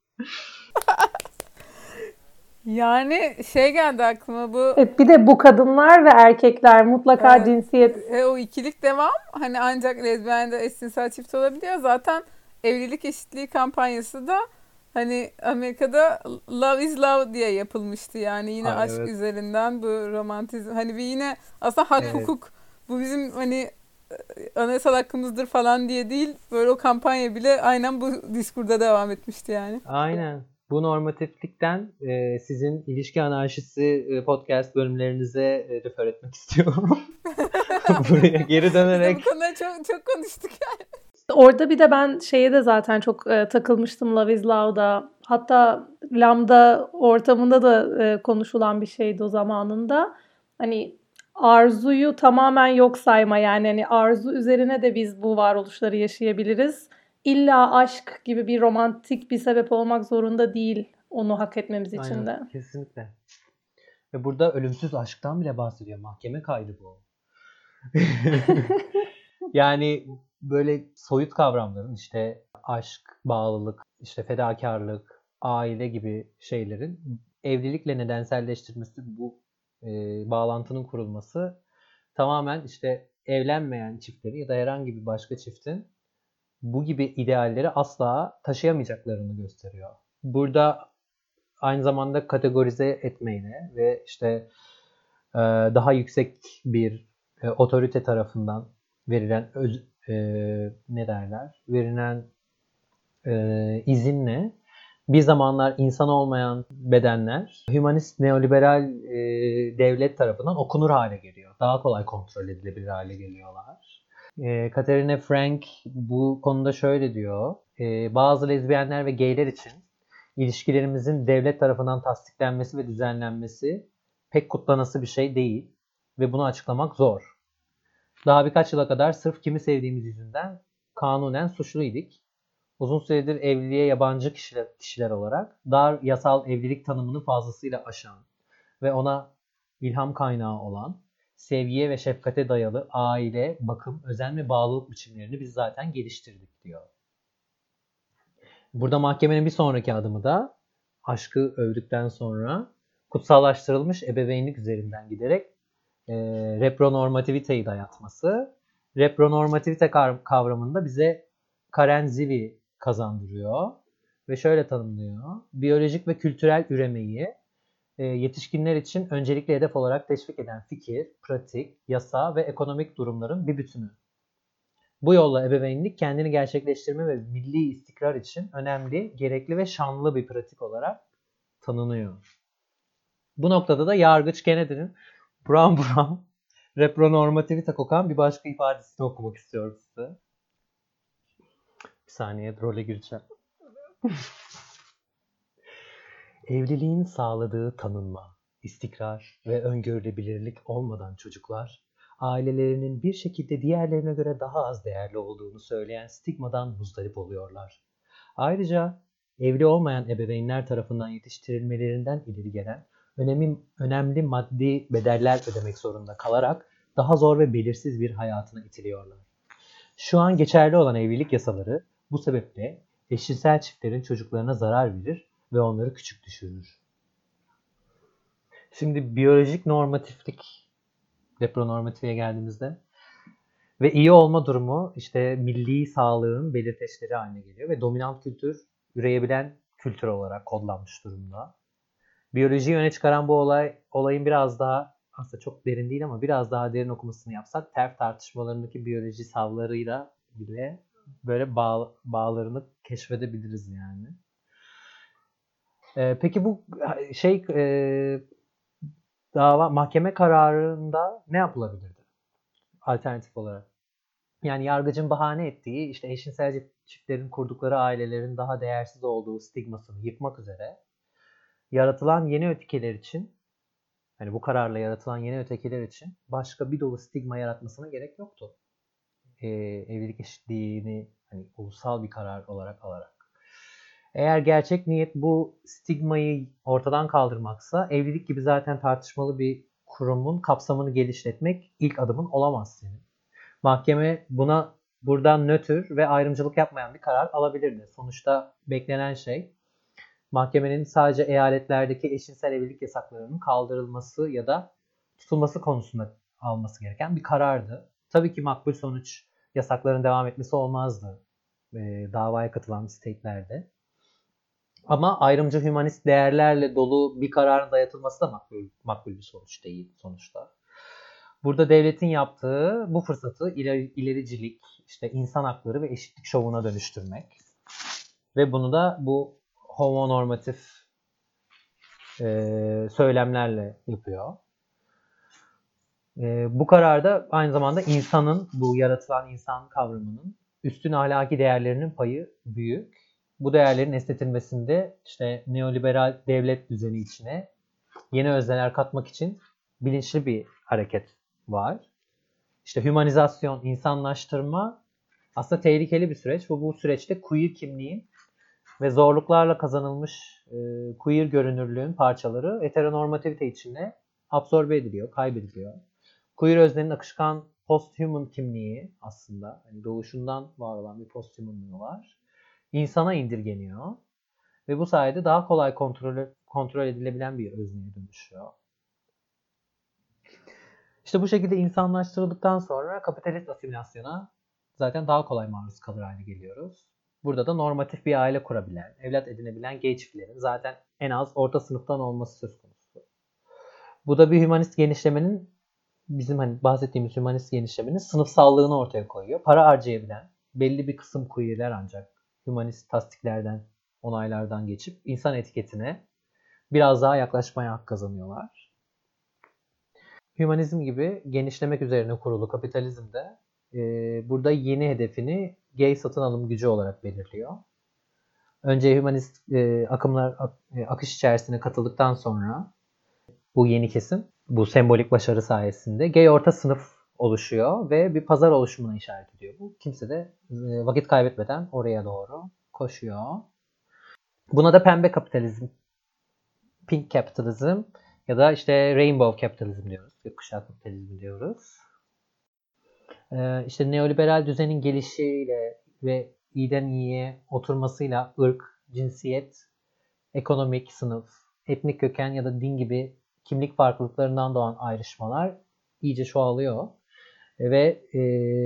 Speaker 1: Yani şey geldi aklıma bu.
Speaker 2: Evet, bir de bu kadınlar ve erkekler mutlaka
Speaker 1: Evet.
Speaker 2: cinsiyet.
Speaker 1: E, o ikilik devam. Hani ancak lezbiyen de eşcinsel çift olabiliyor. Zaten evlilik eşitliği kampanyası da hani Amerika'da Love is Love diye yapılmıştı. Yani yine
Speaker 3: Ay,
Speaker 1: aşk
Speaker 3: evet.
Speaker 1: üzerinden bu romantizm. Hani bir yine aslında hak
Speaker 3: Evet.
Speaker 1: hukuk. Bu bizim hani anayasal hakkımızdır falan diye değil. Böyle o kampanya bile aynen bu diskurda devam etmişti yani.
Speaker 3: Aynen. Bu normatiflikten e, sizin ilişki anarşisi e, podcast bölümlerinize e, refer etmek istiyorum. Buraya geri
Speaker 1: Biz de
Speaker 3: dönerek.
Speaker 1: bu konuda çok çok konuştuk yani.
Speaker 2: Orada bir de ben şeye de zaten çok e, takılmıştım Love is Love'da. Hatta Lambda ortamında da e, konuşulan bir şeydi o zamanında. Hani arzuyu tamamen yok sayma, yani hani arzu üzerine de biz bu varoluşları yaşayabiliriz. İlla aşk gibi bir romantik bir sebep olmak zorunda değil onu hak etmemiz için de.
Speaker 3: Aynen, kesinlikle. Ve burada ölümsüz aşktan bile bahsediyor. Mahkeme kaydı bu. Yani böyle soyut kavramların işte aşk, bağlılık, işte fedakarlık, aile gibi şeylerin evlilikle nedenselleştirmesi, bu e, bağlantının kurulması tamamen işte evlenmeyen çiftlerin ya da herhangi bir başka çiftin bu gibi idealleri asla taşıyamayacaklarını gösteriyor. Burada aynı zamanda kategorize etmeyle ve işte e, daha yüksek bir e, otorite tarafından verilen öz, e, ne derler? Verilen e, izinle bir zamanlar insan olmayan bedenler hümanist neoliberal e, devlet tarafından okunur hale geliyor. Daha kolay kontrol edilebilir hale geliyorlar. E, Katerina Frank bu konuda şöyle diyor. E, bazı lezbiyenler ve gayler için ilişkilerimizin devlet tarafından tasdiklenmesi ve düzenlenmesi pek kutlanası bir şey değil ve bunu açıklamak zor. Daha birkaç yıla kadar sırf kimi sevdiğimiz yüzünden kanunen suçluyduk. Uzun süredir evliliğe yabancı kişiler, kişiler olarak dar yasal evlilik tanımını fazlasıyla aşan ve ona ilham kaynağı olan sevgiye ve şefkate dayalı aile, bakım, özen ve bağlılık biçimlerini biz zaten geliştirdik diyor. Burada mahkemenin bir sonraki adımı da aşkı övdükten sonra kutsallaştırılmış ebeveynlik üzerinden giderek e, repronormativiteyi dayatması. Repronormativite kavramında bize Karen Zivi kazandırıyor ve şöyle tanımlıyor. Biyolojik ve kültürel üremeyi e, yetişkinler için öncelikli hedef olarak teşvik eden fikir, pratik, yasa ve ekonomik durumların bir bütünü. Bu yolla ebeveynlik kendini gerçekleştirme ve milli istikrar için önemli, gerekli ve şanlı bir pratik olarak tanınıyor. Bu noktada da Yargıç Kennedy'nin buram buram repronormativite kokan bir başka ifadesini okumak istiyorum size. Bir saniye role gireceğim. Evliliğin sağladığı tanınma, istikrar ve öngörülebilirlik olmadan çocuklar, ailelerinin bir şekilde diğerlerine göre daha az değerli olduğunu söyleyen stigmadan muzdarip oluyorlar. Ayrıca evli olmayan ebeveynler tarafından yetiştirilmelerinden ileri gelen önemli, önemli maddi bedeller ödemek zorunda kalarak daha zor ve belirsiz bir hayatına itiliyorlar. Şu an geçerli olan evlilik yasaları bu sebeple eşcinsel çiftlerin çocuklarına zarar verir ve onları küçük düşürür. Şimdi biyolojik normatiflik, heteronormatife geldiğimizde ve iyi olma durumu işte milli sağlığın belirteçleri haline geliyor ve dominant kültür üreyebilen kültür olarak kodlanmış durumda. Biyolojiyi öne çıkaran bu olay olayın biraz daha, aslında çok derin değil ama biraz daha derin okumasını yapsak TERF tartışmalarındaki biyoloji savlarıyla bile böyle bağ, bağlarını keşfedebiliriz yani. Ee, peki bu şey e, dava mahkeme kararında ne yapılabilirdi alternatif olarak? Yani yargıcın bahane ettiği işte eşcinsel çiftlerin kurdukları ailelerin daha değersiz olduğu stigmasını yıkmak üzere yaratılan yeni ötekiler için, hani bu kararla yaratılan yeni ötekiler için başka bir dolu stigma yaratmasına gerek yoktu. Ee, evlilik eşitliğini hani ulusal bir karar olarak alarak. Eğer gerçek niyet bu stigmayı ortadan kaldırmaksa evlilik gibi zaten tartışmalı bir kurumun kapsamını genişletmek ilk adımın olamaz senin. Mahkeme buna buradan nötr ve ayrımcılık yapmayan bir karar alabilirdi. Sonuçta beklenen şey mahkemenin sadece eyaletlerdeki eşcinsel evlilik yasaklarının kaldırılması ya da tutulması konusunda alması gereken bir karardı. Tabii ki makbul sonuç yasakların devam etmesi olmazdı e, davaya katılan state'lerde. Ama ayrımcı hümanist değerlerle dolu bir kararın dayatılması da makbul, makbul bir sonuç değil sonuçta. Burada devletin yaptığı bu fırsatı ileri, ilericilik, işte insan hakları ve eşitlik şovuna dönüştürmek. Ve bunu da bu homonormatif e, söylemlerle yapıyor. E, bu kararda aynı zamanda insanın, bu yaratılan insan kavramının üstün ahlaki değerlerinin payı büyük. Bu değerlerin esnetilmesinde işte neoliberal devlet düzeni içine yeni özneler katmak için bilinçli bir hareket var. İşte hümanizasyon, insanlaştırma aslında tehlikeli bir süreç. Bu, bu süreçte queer kimliğin ve zorluklarla kazanılmış e, queer görünürlüğün parçaları heteronormativite içinde absorbe ediliyor, kaybediliyor. Queer öznenin akışkan post-human kimliği aslında yani doğuşundan var olan bir post-humanlığı var. İnsana indirgeniyor ve bu sayede daha kolay kontrol, kontrol edilebilen bir özneye dönüşüyor. İşte bu şekilde insanlaştırıldıktan sonra kapitalist asimilasyona zaten daha kolay maruz kalır hale geliyoruz. Burada da normatif bir aile kurabilen, evlat edinebilen gay çiftlerin zaten en az orta sınıftan olması söz konusu. Bu da bir hümanist genişlemenin, bizim hani bahsettiğimiz hümanist genişlemenin sınıfsallığını ortaya koyuyor. Para harcayabilen belli bir kısım queerler ancak hümanist tasdiklerden, onaylardan geçip insan etiketine biraz daha yaklaşmaya hak kazanıyorlar. Hümanizm gibi genişlemek üzerine kurulu kapitalizm de e, burada yeni hedefini gay satın alım gücü olarak belirliyor. Önce hümanist e, akımlar ak, e, akış içerisine katıldıktan sonra bu yeni kesim bu sembolik başarı sayesinde gay orta sınıf oluşuyor ve bir pazar oluşumuna işaret ediyor. Bu kimse de e, vakit kaybetmeden oraya doğru koşuyor. Buna da pembe kapitalizm, pink capitalism ya da işte rainbow capitalism diyoruz. Gökkuşağı kapitalizm diyoruz. Ee, işte neoliberal düzenin gelişiyle ve iyiden iyiye oturmasıyla ırk, cinsiyet, ekonomik sınıf, etnik köken ya da din gibi kimlik farklılıklarından doğan ayrışmalar iyice çoğalıyor. Ve e,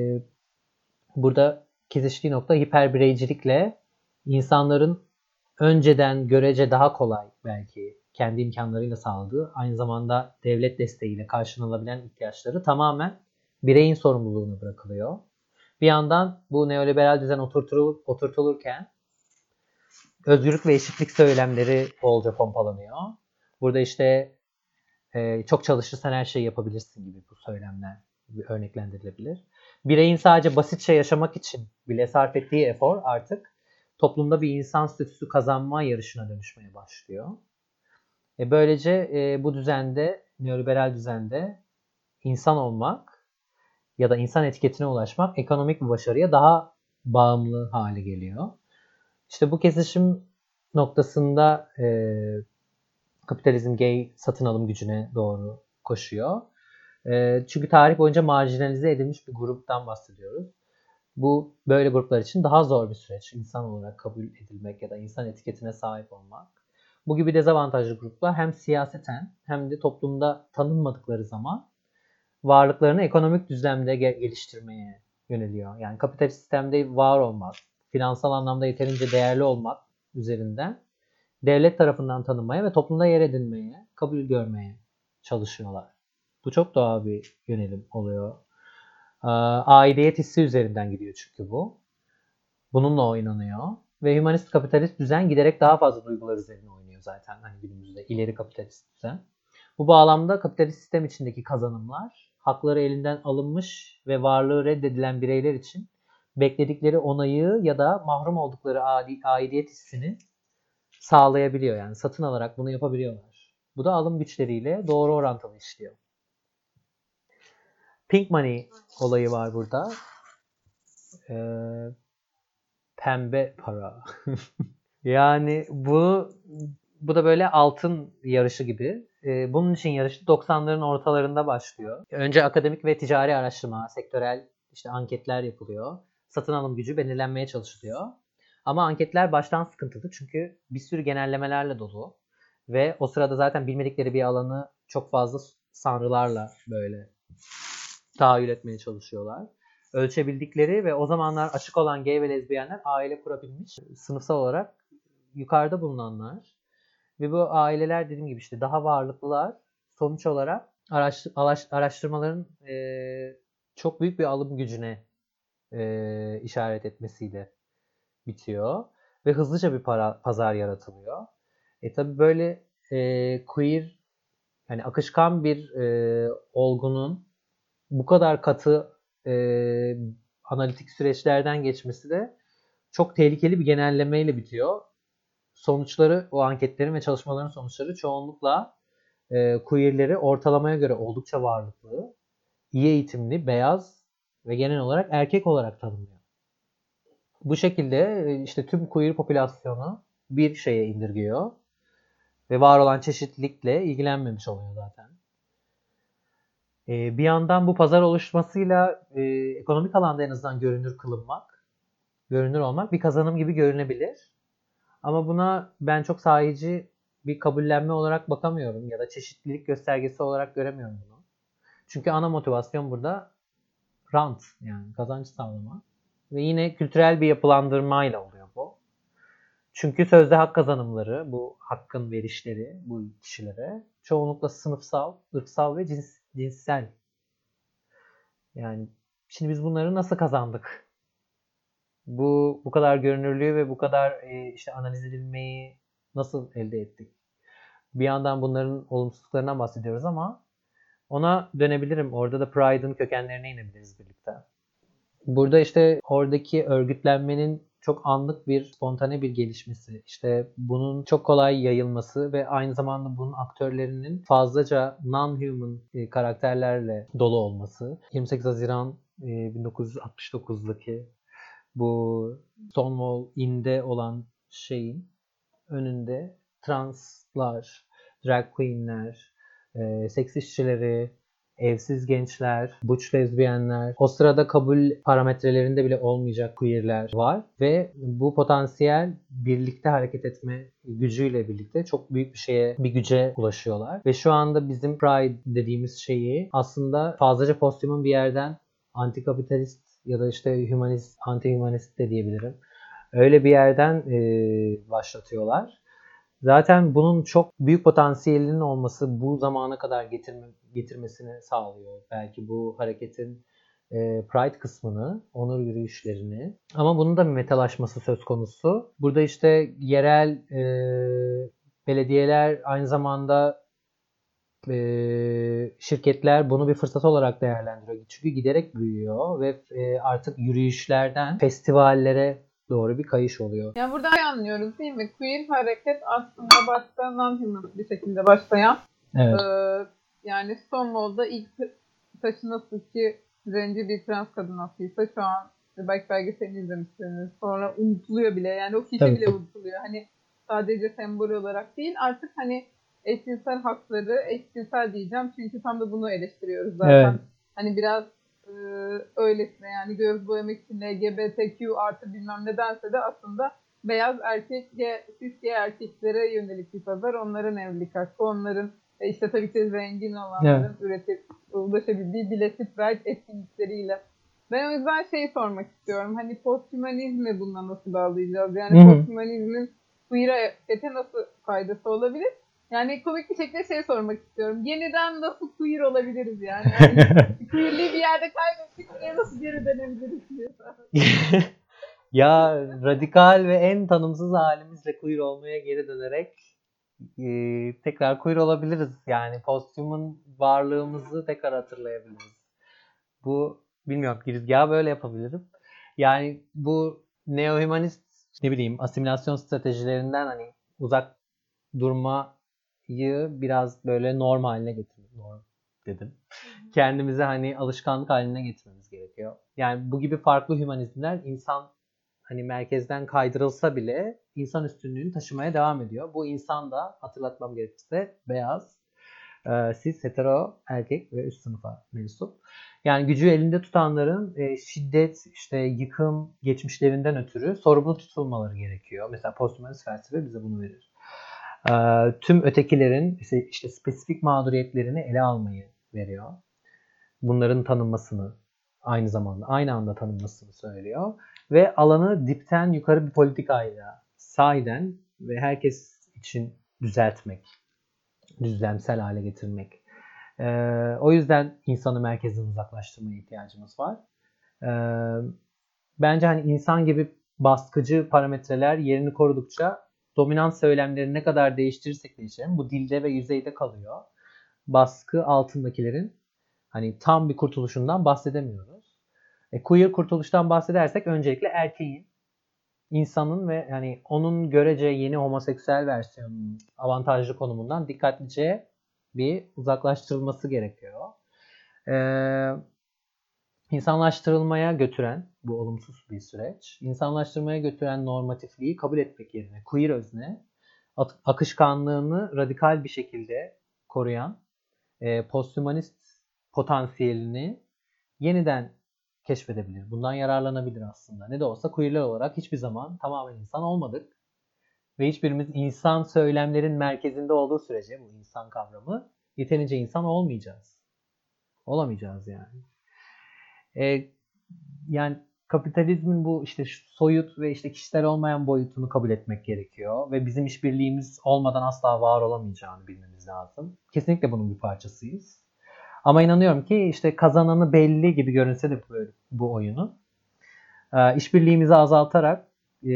Speaker 3: burada kesiştiği nokta hiperbireycilikle insanların önceden görece daha kolay belki kendi imkanlarıyla sağladığı, aynı zamanda devlet desteğiyle karşılanılabilen ihtiyaçları tamamen bireyin sorumluluğuna bırakılıyor. Bir yandan bu neoliberal düzen oturtulur, oturtulurken özgürlük ve eşitlik söylemleri bolca pompalanıyor. Burada işte e, çok çalışırsan her şeyi yapabilirsin gibi bu söylemler örneklendirilebilir. Bireyin sadece basitçe yaşamak için bile sarf ettiği efor artık toplumda bir insan statüsü kazanma yarışına dönüşmeye başlıyor. E böylece e, bu düzende, neoliberal düzende insan olmak ya da insan etiketine ulaşmak ekonomik bir başarıya daha bağımlı hale geliyor. İşte bu kesişim noktasında e, kapitalizm gay satın alım gücüne doğru koşuyor. E, çünkü tarih boyunca marjinalize edilmiş bir gruptan bahsediyoruz. Bu böyle gruplar için daha zor bir süreç. İnsan olarak kabul edilmek ya da insan etiketine sahip olmak. Bu gibi dezavantajlı gruplar hem siyaseten hem de toplumda tanınmadıkları zaman varlıklarını ekonomik düzlemde geliştirmeye yöneliyor. Yani kapitalist sistemde var olmak, finansal anlamda yeterince değerli olmak üzerinden devlet tarafından tanınmaya ve toplumda yer edinmeye, kabul görmeye çalışıyorlar. Bu çok doğal bir yönelim oluyor. Aidiyet hissi üzerinden gidiyor çünkü bu. Bununla oynanıyor. Ve hümanist kapitalist düzen giderek daha fazla duygular üzerine oynuyor zaten hani günümüzde ileri kapitalist düzen. Bu bağlamda kapitalist sistem içindeki kazanımlar hakları elinden alınmış ve varlığı reddedilen bireyler için bekledikleri onayı ya da mahrum oldukları aidiyet hissini sağlayabiliyor. Yani satın alarak bunu yapabiliyorlar. Bu da alım güçleriyle doğru orantılı işliyor. Pink money olayı var burada. Ee, pembe para. Yani bu bu da böyle altın yarışı gibi. Ee, bunun için yarış doksanların ortalarında başlıyor. Önce akademik ve ticari araştırma, sektörel işte anketler yapılıyor. Satın alım gücü belirlenmeye çalışılıyor. Ama anketler baştan sıkıntılı çünkü bir sürü genellemelerle dolu. Ve o sırada zaten bilmedikleri bir alanı çok fazla sanrılarla böyle tahayyül etmeye çalışıyorlar. Ölçebildikleri ve o zamanlar açık olan gay ve lezbiyenler aile kurabilmiş, sınıfsal olarak yukarıda bulunanlar. Ve bu aileler dediğim gibi işte daha varlıklılar. Sonuç olarak araştırmaların e, çok büyük bir alım gücüne e, işaret etmesiyle bitiyor. Ve hızlıca bir para, pazar yaratılıyor. E tabi böyle e, queer, yani akışkan bir e, olgunun bu kadar katı e, analitik süreçlerden geçmesi de çok tehlikeli bir genellemeyle bitiyor. Sonuçları, o anketlerin ve çalışmaların sonuçları çoğunlukla e, queerleri ortalamaya göre oldukça varlıklı, iyi eğitimli, beyaz ve genel olarak erkek olarak tanımlıyor. Bu şekilde işte tüm queer popülasyonu bir şeye indirgiyor ve var olan çeşitlilikle ilgilenmemiş oluyor zaten. Bir yandan bu pazar oluşmasıyla e, ekonomik alanda en azından görünür kılınmak, görünür olmak bir kazanım gibi görünebilir. Ama buna ben çok sahici bir kabullenme olarak bakamıyorum ya da çeşitlilik göstergesi olarak göremiyorum bunu. Çünkü ana motivasyon burada rant, yani kazanç sağlama. Ve yine kültürel bir yapılandırmayla oluyor bu. Çünkü sözde hak kazanımları, bu hakkın verişleri bu kişilere çoğunlukla sınıfsal, ırksal ve cins, cinssel. Yani şimdi biz bunları nasıl kazandık? Bu bu kadar görünürlüğü ve bu kadar e, işte analiz edilmeyi nasıl elde ettik? Bir yandan bunların olumsuzluklarından bahsediyoruz ama ona dönebilirim. Orada da Pride'ın kökenlerine inebiliriz birlikte. Burada işte oradaki örgütlenmenin çok anlık bir, spontane bir gelişmesi, işte bunun çok kolay yayılması ve aynı zamanda bunun aktörlerinin fazlaca non-human karakterlerle dolu olması. yirmi sekiz Haziran bin dokuz yüz altmış dokuzdaki bu Stonewall Inn'de olan şeyin önünde translar, drag queenler, e, seks işçileri, evsiz gençler, butch lezbiyenler, o sırada kabul parametrelerinde bile olmayacak queerler var ve bu potansiyel birlikte hareket etme gücüyle birlikte çok büyük bir şeye, bir güce ulaşıyorlar. Ve şu anda bizim Pride dediğimiz şeyi aslında fazlaca posthuman bir yerden antikapitalist ya da işte humanist, anti-humanist de diyebilirim. Öyle bir yerden e, başlatıyorlar. Zaten bunun çok büyük potansiyelinin olması bu zamana kadar getirme, getirmesini sağlıyor. Belki bu hareketin e, Pride kısmını, onur yürüyüşlerini. Ama bunun da bir metalaşması söz konusu. Burada işte yerel e, belediyeler, aynı zamanda e, şirketler bunu bir fırsat olarak değerlendiriyor. Çünkü giderek büyüyor ve e, artık yürüyüşlerden festivallere doğru bir kayış oluyor.
Speaker 1: Yani buradan anlıyoruz değil mi? Queer hareket aslında başta non-human bir şekilde başlayan.
Speaker 3: Evet.
Speaker 1: E, yani Stonewall'da ilk taşı nasıl ki zenci bir trans kadın atıysa şu an belki belgeselini izlemişsiniz. Sonra unutuluyor bile. Yani o kişi
Speaker 3: Tabii.
Speaker 1: bile unutuluyor. Hani sadece sembol olarak değil, artık hani eşcinsel hakları, eşcinsel diyeceğim çünkü tam da bunu eleştiriyoruz zaten.
Speaker 3: Evet.
Speaker 1: Hani biraz e, öylesine yani göz boyamak için L G B T Q artı bilmem nedense de aslında beyaz erkek, cis gay erkeklere yönelik bir pazar. Onların evlilik hakkı, onların e, işte tabii ki zengin olanların evet. üretip ulaşabildiği bileşik right etkinlikleriyle. Ben o yüzden şey sormak istiyorum. Hani posthumanizmi bununla nasıl bağlayacağız? Yani Hı-hı. posthumanizmin queer'e nasıl faydası olabilir? Yani komik bir şekilde şey sormak istiyorum. Yeniden nasıl queer olabiliriz yani? yani queerliği bir yerde kaybettik. Buraya nasıl geri dönebiliriz diye.
Speaker 3: Ya radikal ve en tanımsız halimizle queer olmaya geri dönerek e, tekrar queer olabiliriz. Yani posthuman varlığımızı tekrar hatırlayabiliriz. Bu bilmiyorum, girizgahı böyle yapabilirim. Yani bu neo-humanist ne bileyim asimilasyon stratejilerinden hani uzak durmayı biraz böyle norm haline getirmek norm dedim. Kendimize hani alışkanlık haline getirmemiz gerekiyor. Yani bu gibi farklı hümanizmler insan hani merkezden kaydırılsa bile insan üstünlüğünü taşımaya devam ediyor. Bu insan da hatırlatmam gerekirse beyaz, e, cis, hetero, erkek ve üst sınıfa mensup. Yani gücü elinde tutanların e, şiddet, işte yıkım geçmişlerinden ötürü sorumlu tutulmaları gerekiyor. Mesela posthumanist felsefe bize bunu verir. E, tüm ötekilerin işte, işte spesifik mağduriyetlerini ele almayı veriyor. Bunların tanınmasını aynı zamanda aynı anda tanınmasını söylüyor. Ve alanı dipten yukarı bir politikayla sahiden ve herkes için düzeltmek, düzlemsel hale getirmek. Ee, o yüzden insanı merkezden uzaklaştırmaya ihtiyacımız var. Ee, bence hani insan gibi baskıcı parametreler yerini korudukça dominant söylemleri ne kadar değiştirirsek değiştirelim bu dilde ve yüzeyde kalıyor. Baskı altındakilerin hani tam bir kurtuluşundan bahsedemiyoruz. E, queer kurtuluştan bahsedersek öncelikle erkeğin, insanın ve yani onun görece yeni homoseksüel versiyonunun avantajlı konumundan dikkatlice bir uzaklaştırılması gerekiyor. Ee, insanlaştırılmaya götüren bu olumsuz bir süreç. İnsanlaştırmaya götüren normatifliği kabul etmek yerine queer özne akışkanlığını radikal bir şekilde koruyan e, posthumanist potansiyelini yeniden keşfedebilir. Bundan yararlanabilir aslında. Ne de olsa queerler olarak hiçbir zaman tamamen insan olmadık. Ve hiçbirimiz insan söylemlerin merkezinde olduğu sürece bu insan kavramı yeterince insan olmayacağız. Olamayacağız yani. E, yani kapitalizmin bu işte soyut ve işte kişisel olmayan boyutunu kabul etmek gerekiyor. Ve bizim işbirliğimiz olmadan asla var olamayacağını bilmemiz lazım. Kesinlikle bunun bir parçasıyız. Ama inanıyorum ki işte kazananı belli gibi görünse de böyle bu oyunu e, işbirliğimizi azaltarak e,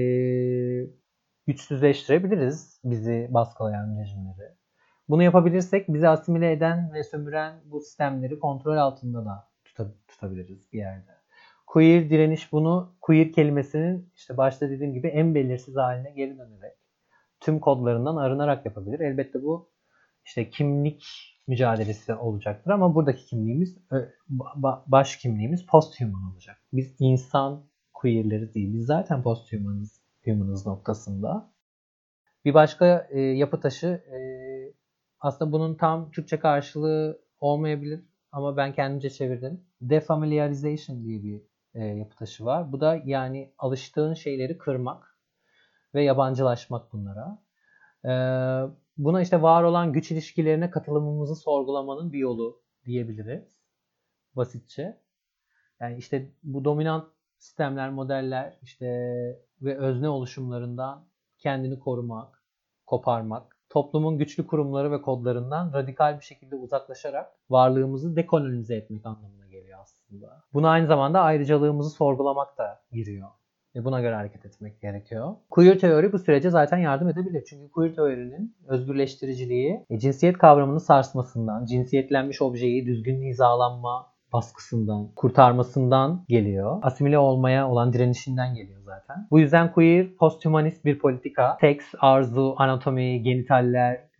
Speaker 3: güçsüzleştirebiliriz bizi baskılayan rejimleri. Bunu yapabilirsek bizi asimile eden ve sömüren bu sistemleri kontrol altında da tutabiliriz bir yerde. Queer direniş bunu queer kelimesinin işte başta dediğim gibi en belirsiz haline geri dönerek tüm kodlarından arınarak yapabilir. Elbette bu işte kimlik mücadelesi olacaktır ama buradaki kimliğimiz baş kimliğimiz posthuman olacak. Biz insan queerleri değil. Biz zaten posthumanız humanız noktasında. Bir başka e, yapı taşı e, aslında bunun tam Türkçe karşılığı olmayabilir ama ben kendimce çevirdim. Defamiliarization diye bir e, yapı taşı var. Bu da yani alıştığın şeyleri kırmak ve yabancılaşmak bunlara. E, buna işte var olan güç ilişkilerine katılımımızı sorgulamanın bir yolu diyebiliriz. Basitçe. Yani işte bu dominant sistemler, modeller işte ve özne oluşumlarından kendini korumak, koparmak, toplumun güçlü kurumları ve kodlarından radikal bir şekilde uzaklaşarak varlığımızı dekolonize etmek anlamına geliyor aslında. Buna aynı zamanda ayrıcalığımızı sorgulamak da giriyor. Ve buna göre hareket etmek gerekiyor. Queer teori bu sürece zaten yardım edebilir. Çünkü queer teorinin özgürleştiriciliği cinsiyet kavramını sarsmasından, cinsiyetlenmiş objeyi düzgün hizalanma baskısından, kurtarmasından geliyor. Asimile olmaya olan direnişinden geliyor zaten. Bu yüzden queer posthumanist bir politika. Seks, arzu, anatomi, genitaller,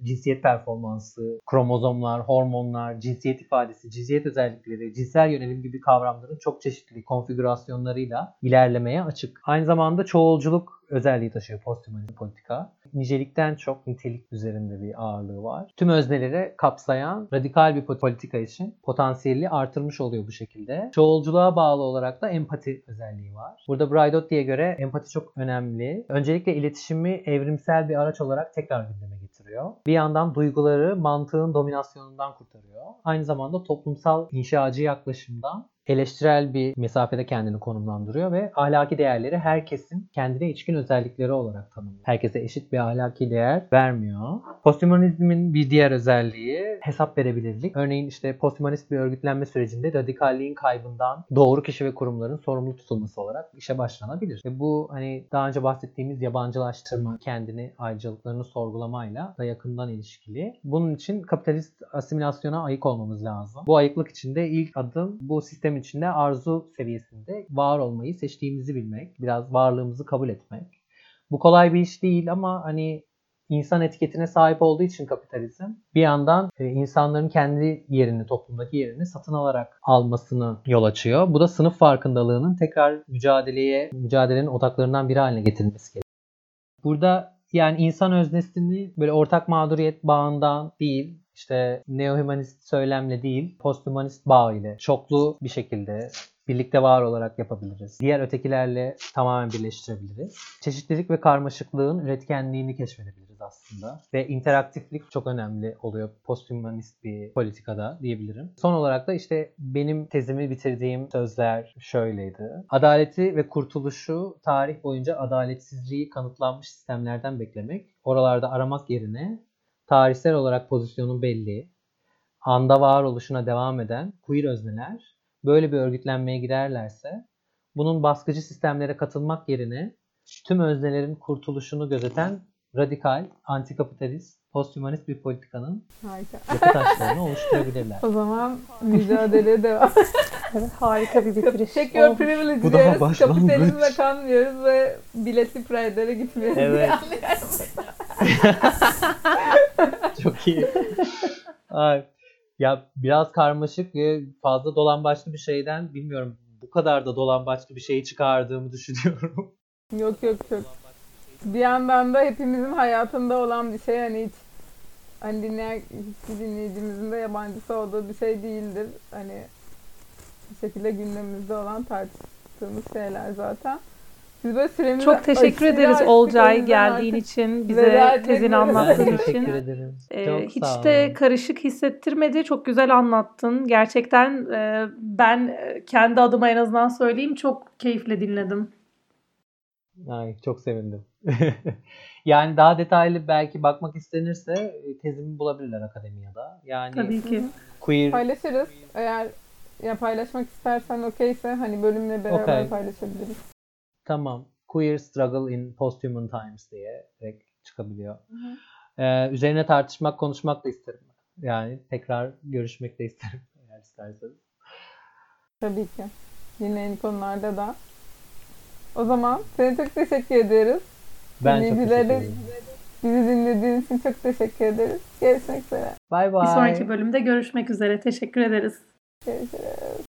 Speaker 3: cinsiyet performansı, kromozomlar, hormonlar, cinsiyet ifadesi, cinsiyet özellikleri, cinsel yönelim gibi kavramların çok çeşitli konfigürasyonlarıyla ilerlemeye açık. Aynı zamanda çoğulculuk özelliği taşıyor posthumanist politika. Nicelikten çok nitelik üzerinde bir ağırlığı var. Tüm özneleri kapsayan radikal bir politika için potansiyeli artırmış oluyor bu şekilde. Çoğulculuğa bağlı olarak da empati özelliği var. Burada Braidotti'ye göre empati çok önemli. Öncelikle iletişimi evrimsel bir araç olarak tekrar gündeme getiriyor. Bir yandan duyguları mantığın dominasyonundan kurtarıyor. Aynı zamanda toplumsal inşacı yaklaşımdan eleştirel bir mesafede kendini konumlandırıyor ve ahlaki değerleri herkesin kendine içkin özellikleri olarak tanımlıyor. Herkese eşit bir ahlaki değer vermiyor. Posthumanizmin bir diğer özelliği hesap verebilirlik. Örneğin işte posthumanist bir örgütlenme sürecinde radikalliğin kaybından doğru kişi ve kurumların sorumlu tutulması olarak işe başlanabilir. Ve bu hani daha önce bahsettiğimiz yabancılaştırma, kendini ayrıcalıklarını sorgulamayla da yakından ilişkili. Bunun için kapitalist asimilasyona ayık olmamız lazım. Bu ayıklık içinde ilk adım bu sistem içinde arzu seviyesinde var olmayı seçtiğimizi bilmek, biraz varlığımızı kabul etmek. Bu kolay bir iş değil ama hani insan etiketine sahip olduğu için kapitalizm bir yandan e, insanların kendi yerini, toplumdaki yerini satın alarak almasını yol açıyor. Bu da sınıf farkındalığının tekrar mücadeleye, mücadelenin odaklarından biri haline getirilmesi gerekiyor. Burada yani insan öznesini böyle ortak mağduriyet bağından değil, İşte neo-humanist söylemle değil, post-humanist bağ ile çoklu bir şekilde birlikte var olarak yapabiliriz. Diğer ötekilerle tamamen birleştirebiliriz. Çeşitlilik ve karmaşıklığın üretkenliğini keşfedebiliriz aslında. Ve interaktiflik çok önemli oluyor post-humanist bir politikada diyebilirim. Son olarak da işte benim tezimi bitirdiğim sözler şöyleydi. Adaleti ve kurtuluşu tarih boyunca adaletsizliği kanıtlanmış sistemlerden beklemek, oralarda aramak yerine tarihsel olarak pozisyonu belli, anda varoluşuna devam eden queer özneler böyle bir örgütlenmeye girerlerse bunun baskıcı sistemlere katılmak yerine tüm öznelerin kurtuluşunu gözeten radikal, antikapitalist, posthumanist bir politikanın
Speaker 1: Harika.
Speaker 3: yapı taşlarını oluşturabilirler.
Speaker 1: O zaman mücadeleye devam.
Speaker 2: Evet, harika bir bitiriş.
Speaker 1: Take your
Speaker 2: olmuş.
Speaker 1: privilege
Speaker 3: Bu daha
Speaker 1: diyoruz.
Speaker 3: başlangıç.
Speaker 1: Kapitalizme kanmıyoruz ve biletli Pride'lere gitmiyoruz.
Speaker 3: Evet.
Speaker 1: diye anlıyorum.
Speaker 3: Çok iyi. Ay. Ya biraz karmaşık ve fazla dolambaçlı bir şeyden bilmiyorum bu kadar da dolambaçlı bir şeyi çıkardığımı düşünüyorum.
Speaker 1: Yok yok yok. Bir yandan da hepimizin hayatında olan bir şey, hani hiç hani dinleyen hiçbir dinleyicimizin de yabancısı olduğu bir şey değildir. Hani bir şekilde gündemimizde olan tartıştığımız şeyler zaten. Biz böyle süremizi
Speaker 2: Çok teşekkür
Speaker 1: aşırı
Speaker 2: ederiz
Speaker 1: açtık, o
Speaker 2: Olcay
Speaker 1: yüzden
Speaker 2: geldiğin
Speaker 1: artık
Speaker 2: için,
Speaker 1: veda
Speaker 2: bize
Speaker 1: etmek
Speaker 2: tezini
Speaker 1: zorunda.
Speaker 3: Ben
Speaker 2: anlattığın
Speaker 3: de teşekkür
Speaker 2: için.
Speaker 3: ederim.
Speaker 2: Ee,
Speaker 3: Çok
Speaker 2: hiç
Speaker 3: sağ
Speaker 2: de
Speaker 3: olun.
Speaker 2: karışık hissettirmedi. Çok güzel anlattın. Gerçekten e, ben e, kendi adıma en azından söyleyeyim, çok keyifle dinledim.
Speaker 3: Ay, çok sevindim. Yani daha detaylı belki bakmak istenirse e, tezimi bulabilirler akademiyada. Yani
Speaker 2: Tabii ki.
Speaker 3: queer
Speaker 1: Paylaşırız. Eğer ya paylaşmak istersen okeyse hani bölümle beraber
Speaker 3: Okay.
Speaker 1: paylaşabiliriz.
Speaker 3: Tamam. Queer Struggle in Posthuman Times diye direkt çıkabiliyor. Ee, üzerine tartışmak, konuşmak da isterim. Yani tekrar görüşmek de isterim eğer isterseniz.
Speaker 1: Tabii ki. Yine yeni konularda da. O zaman sana çok teşekkür ederiz.
Speaker 3: Ben çok teşekkür
Speaker 1: Dinleyicilere
Speaker 3: ederim.
Speaker 1: bizi dinlediğiniz için çok teşekkür ederiz. Görüşmek üzere.
Speaker 3: Bye bye.
Speaker 2: Bir sonraki bölümde görüşmek üzere. Teşekkür ederiz.
Speaker 1: Görüşürüz.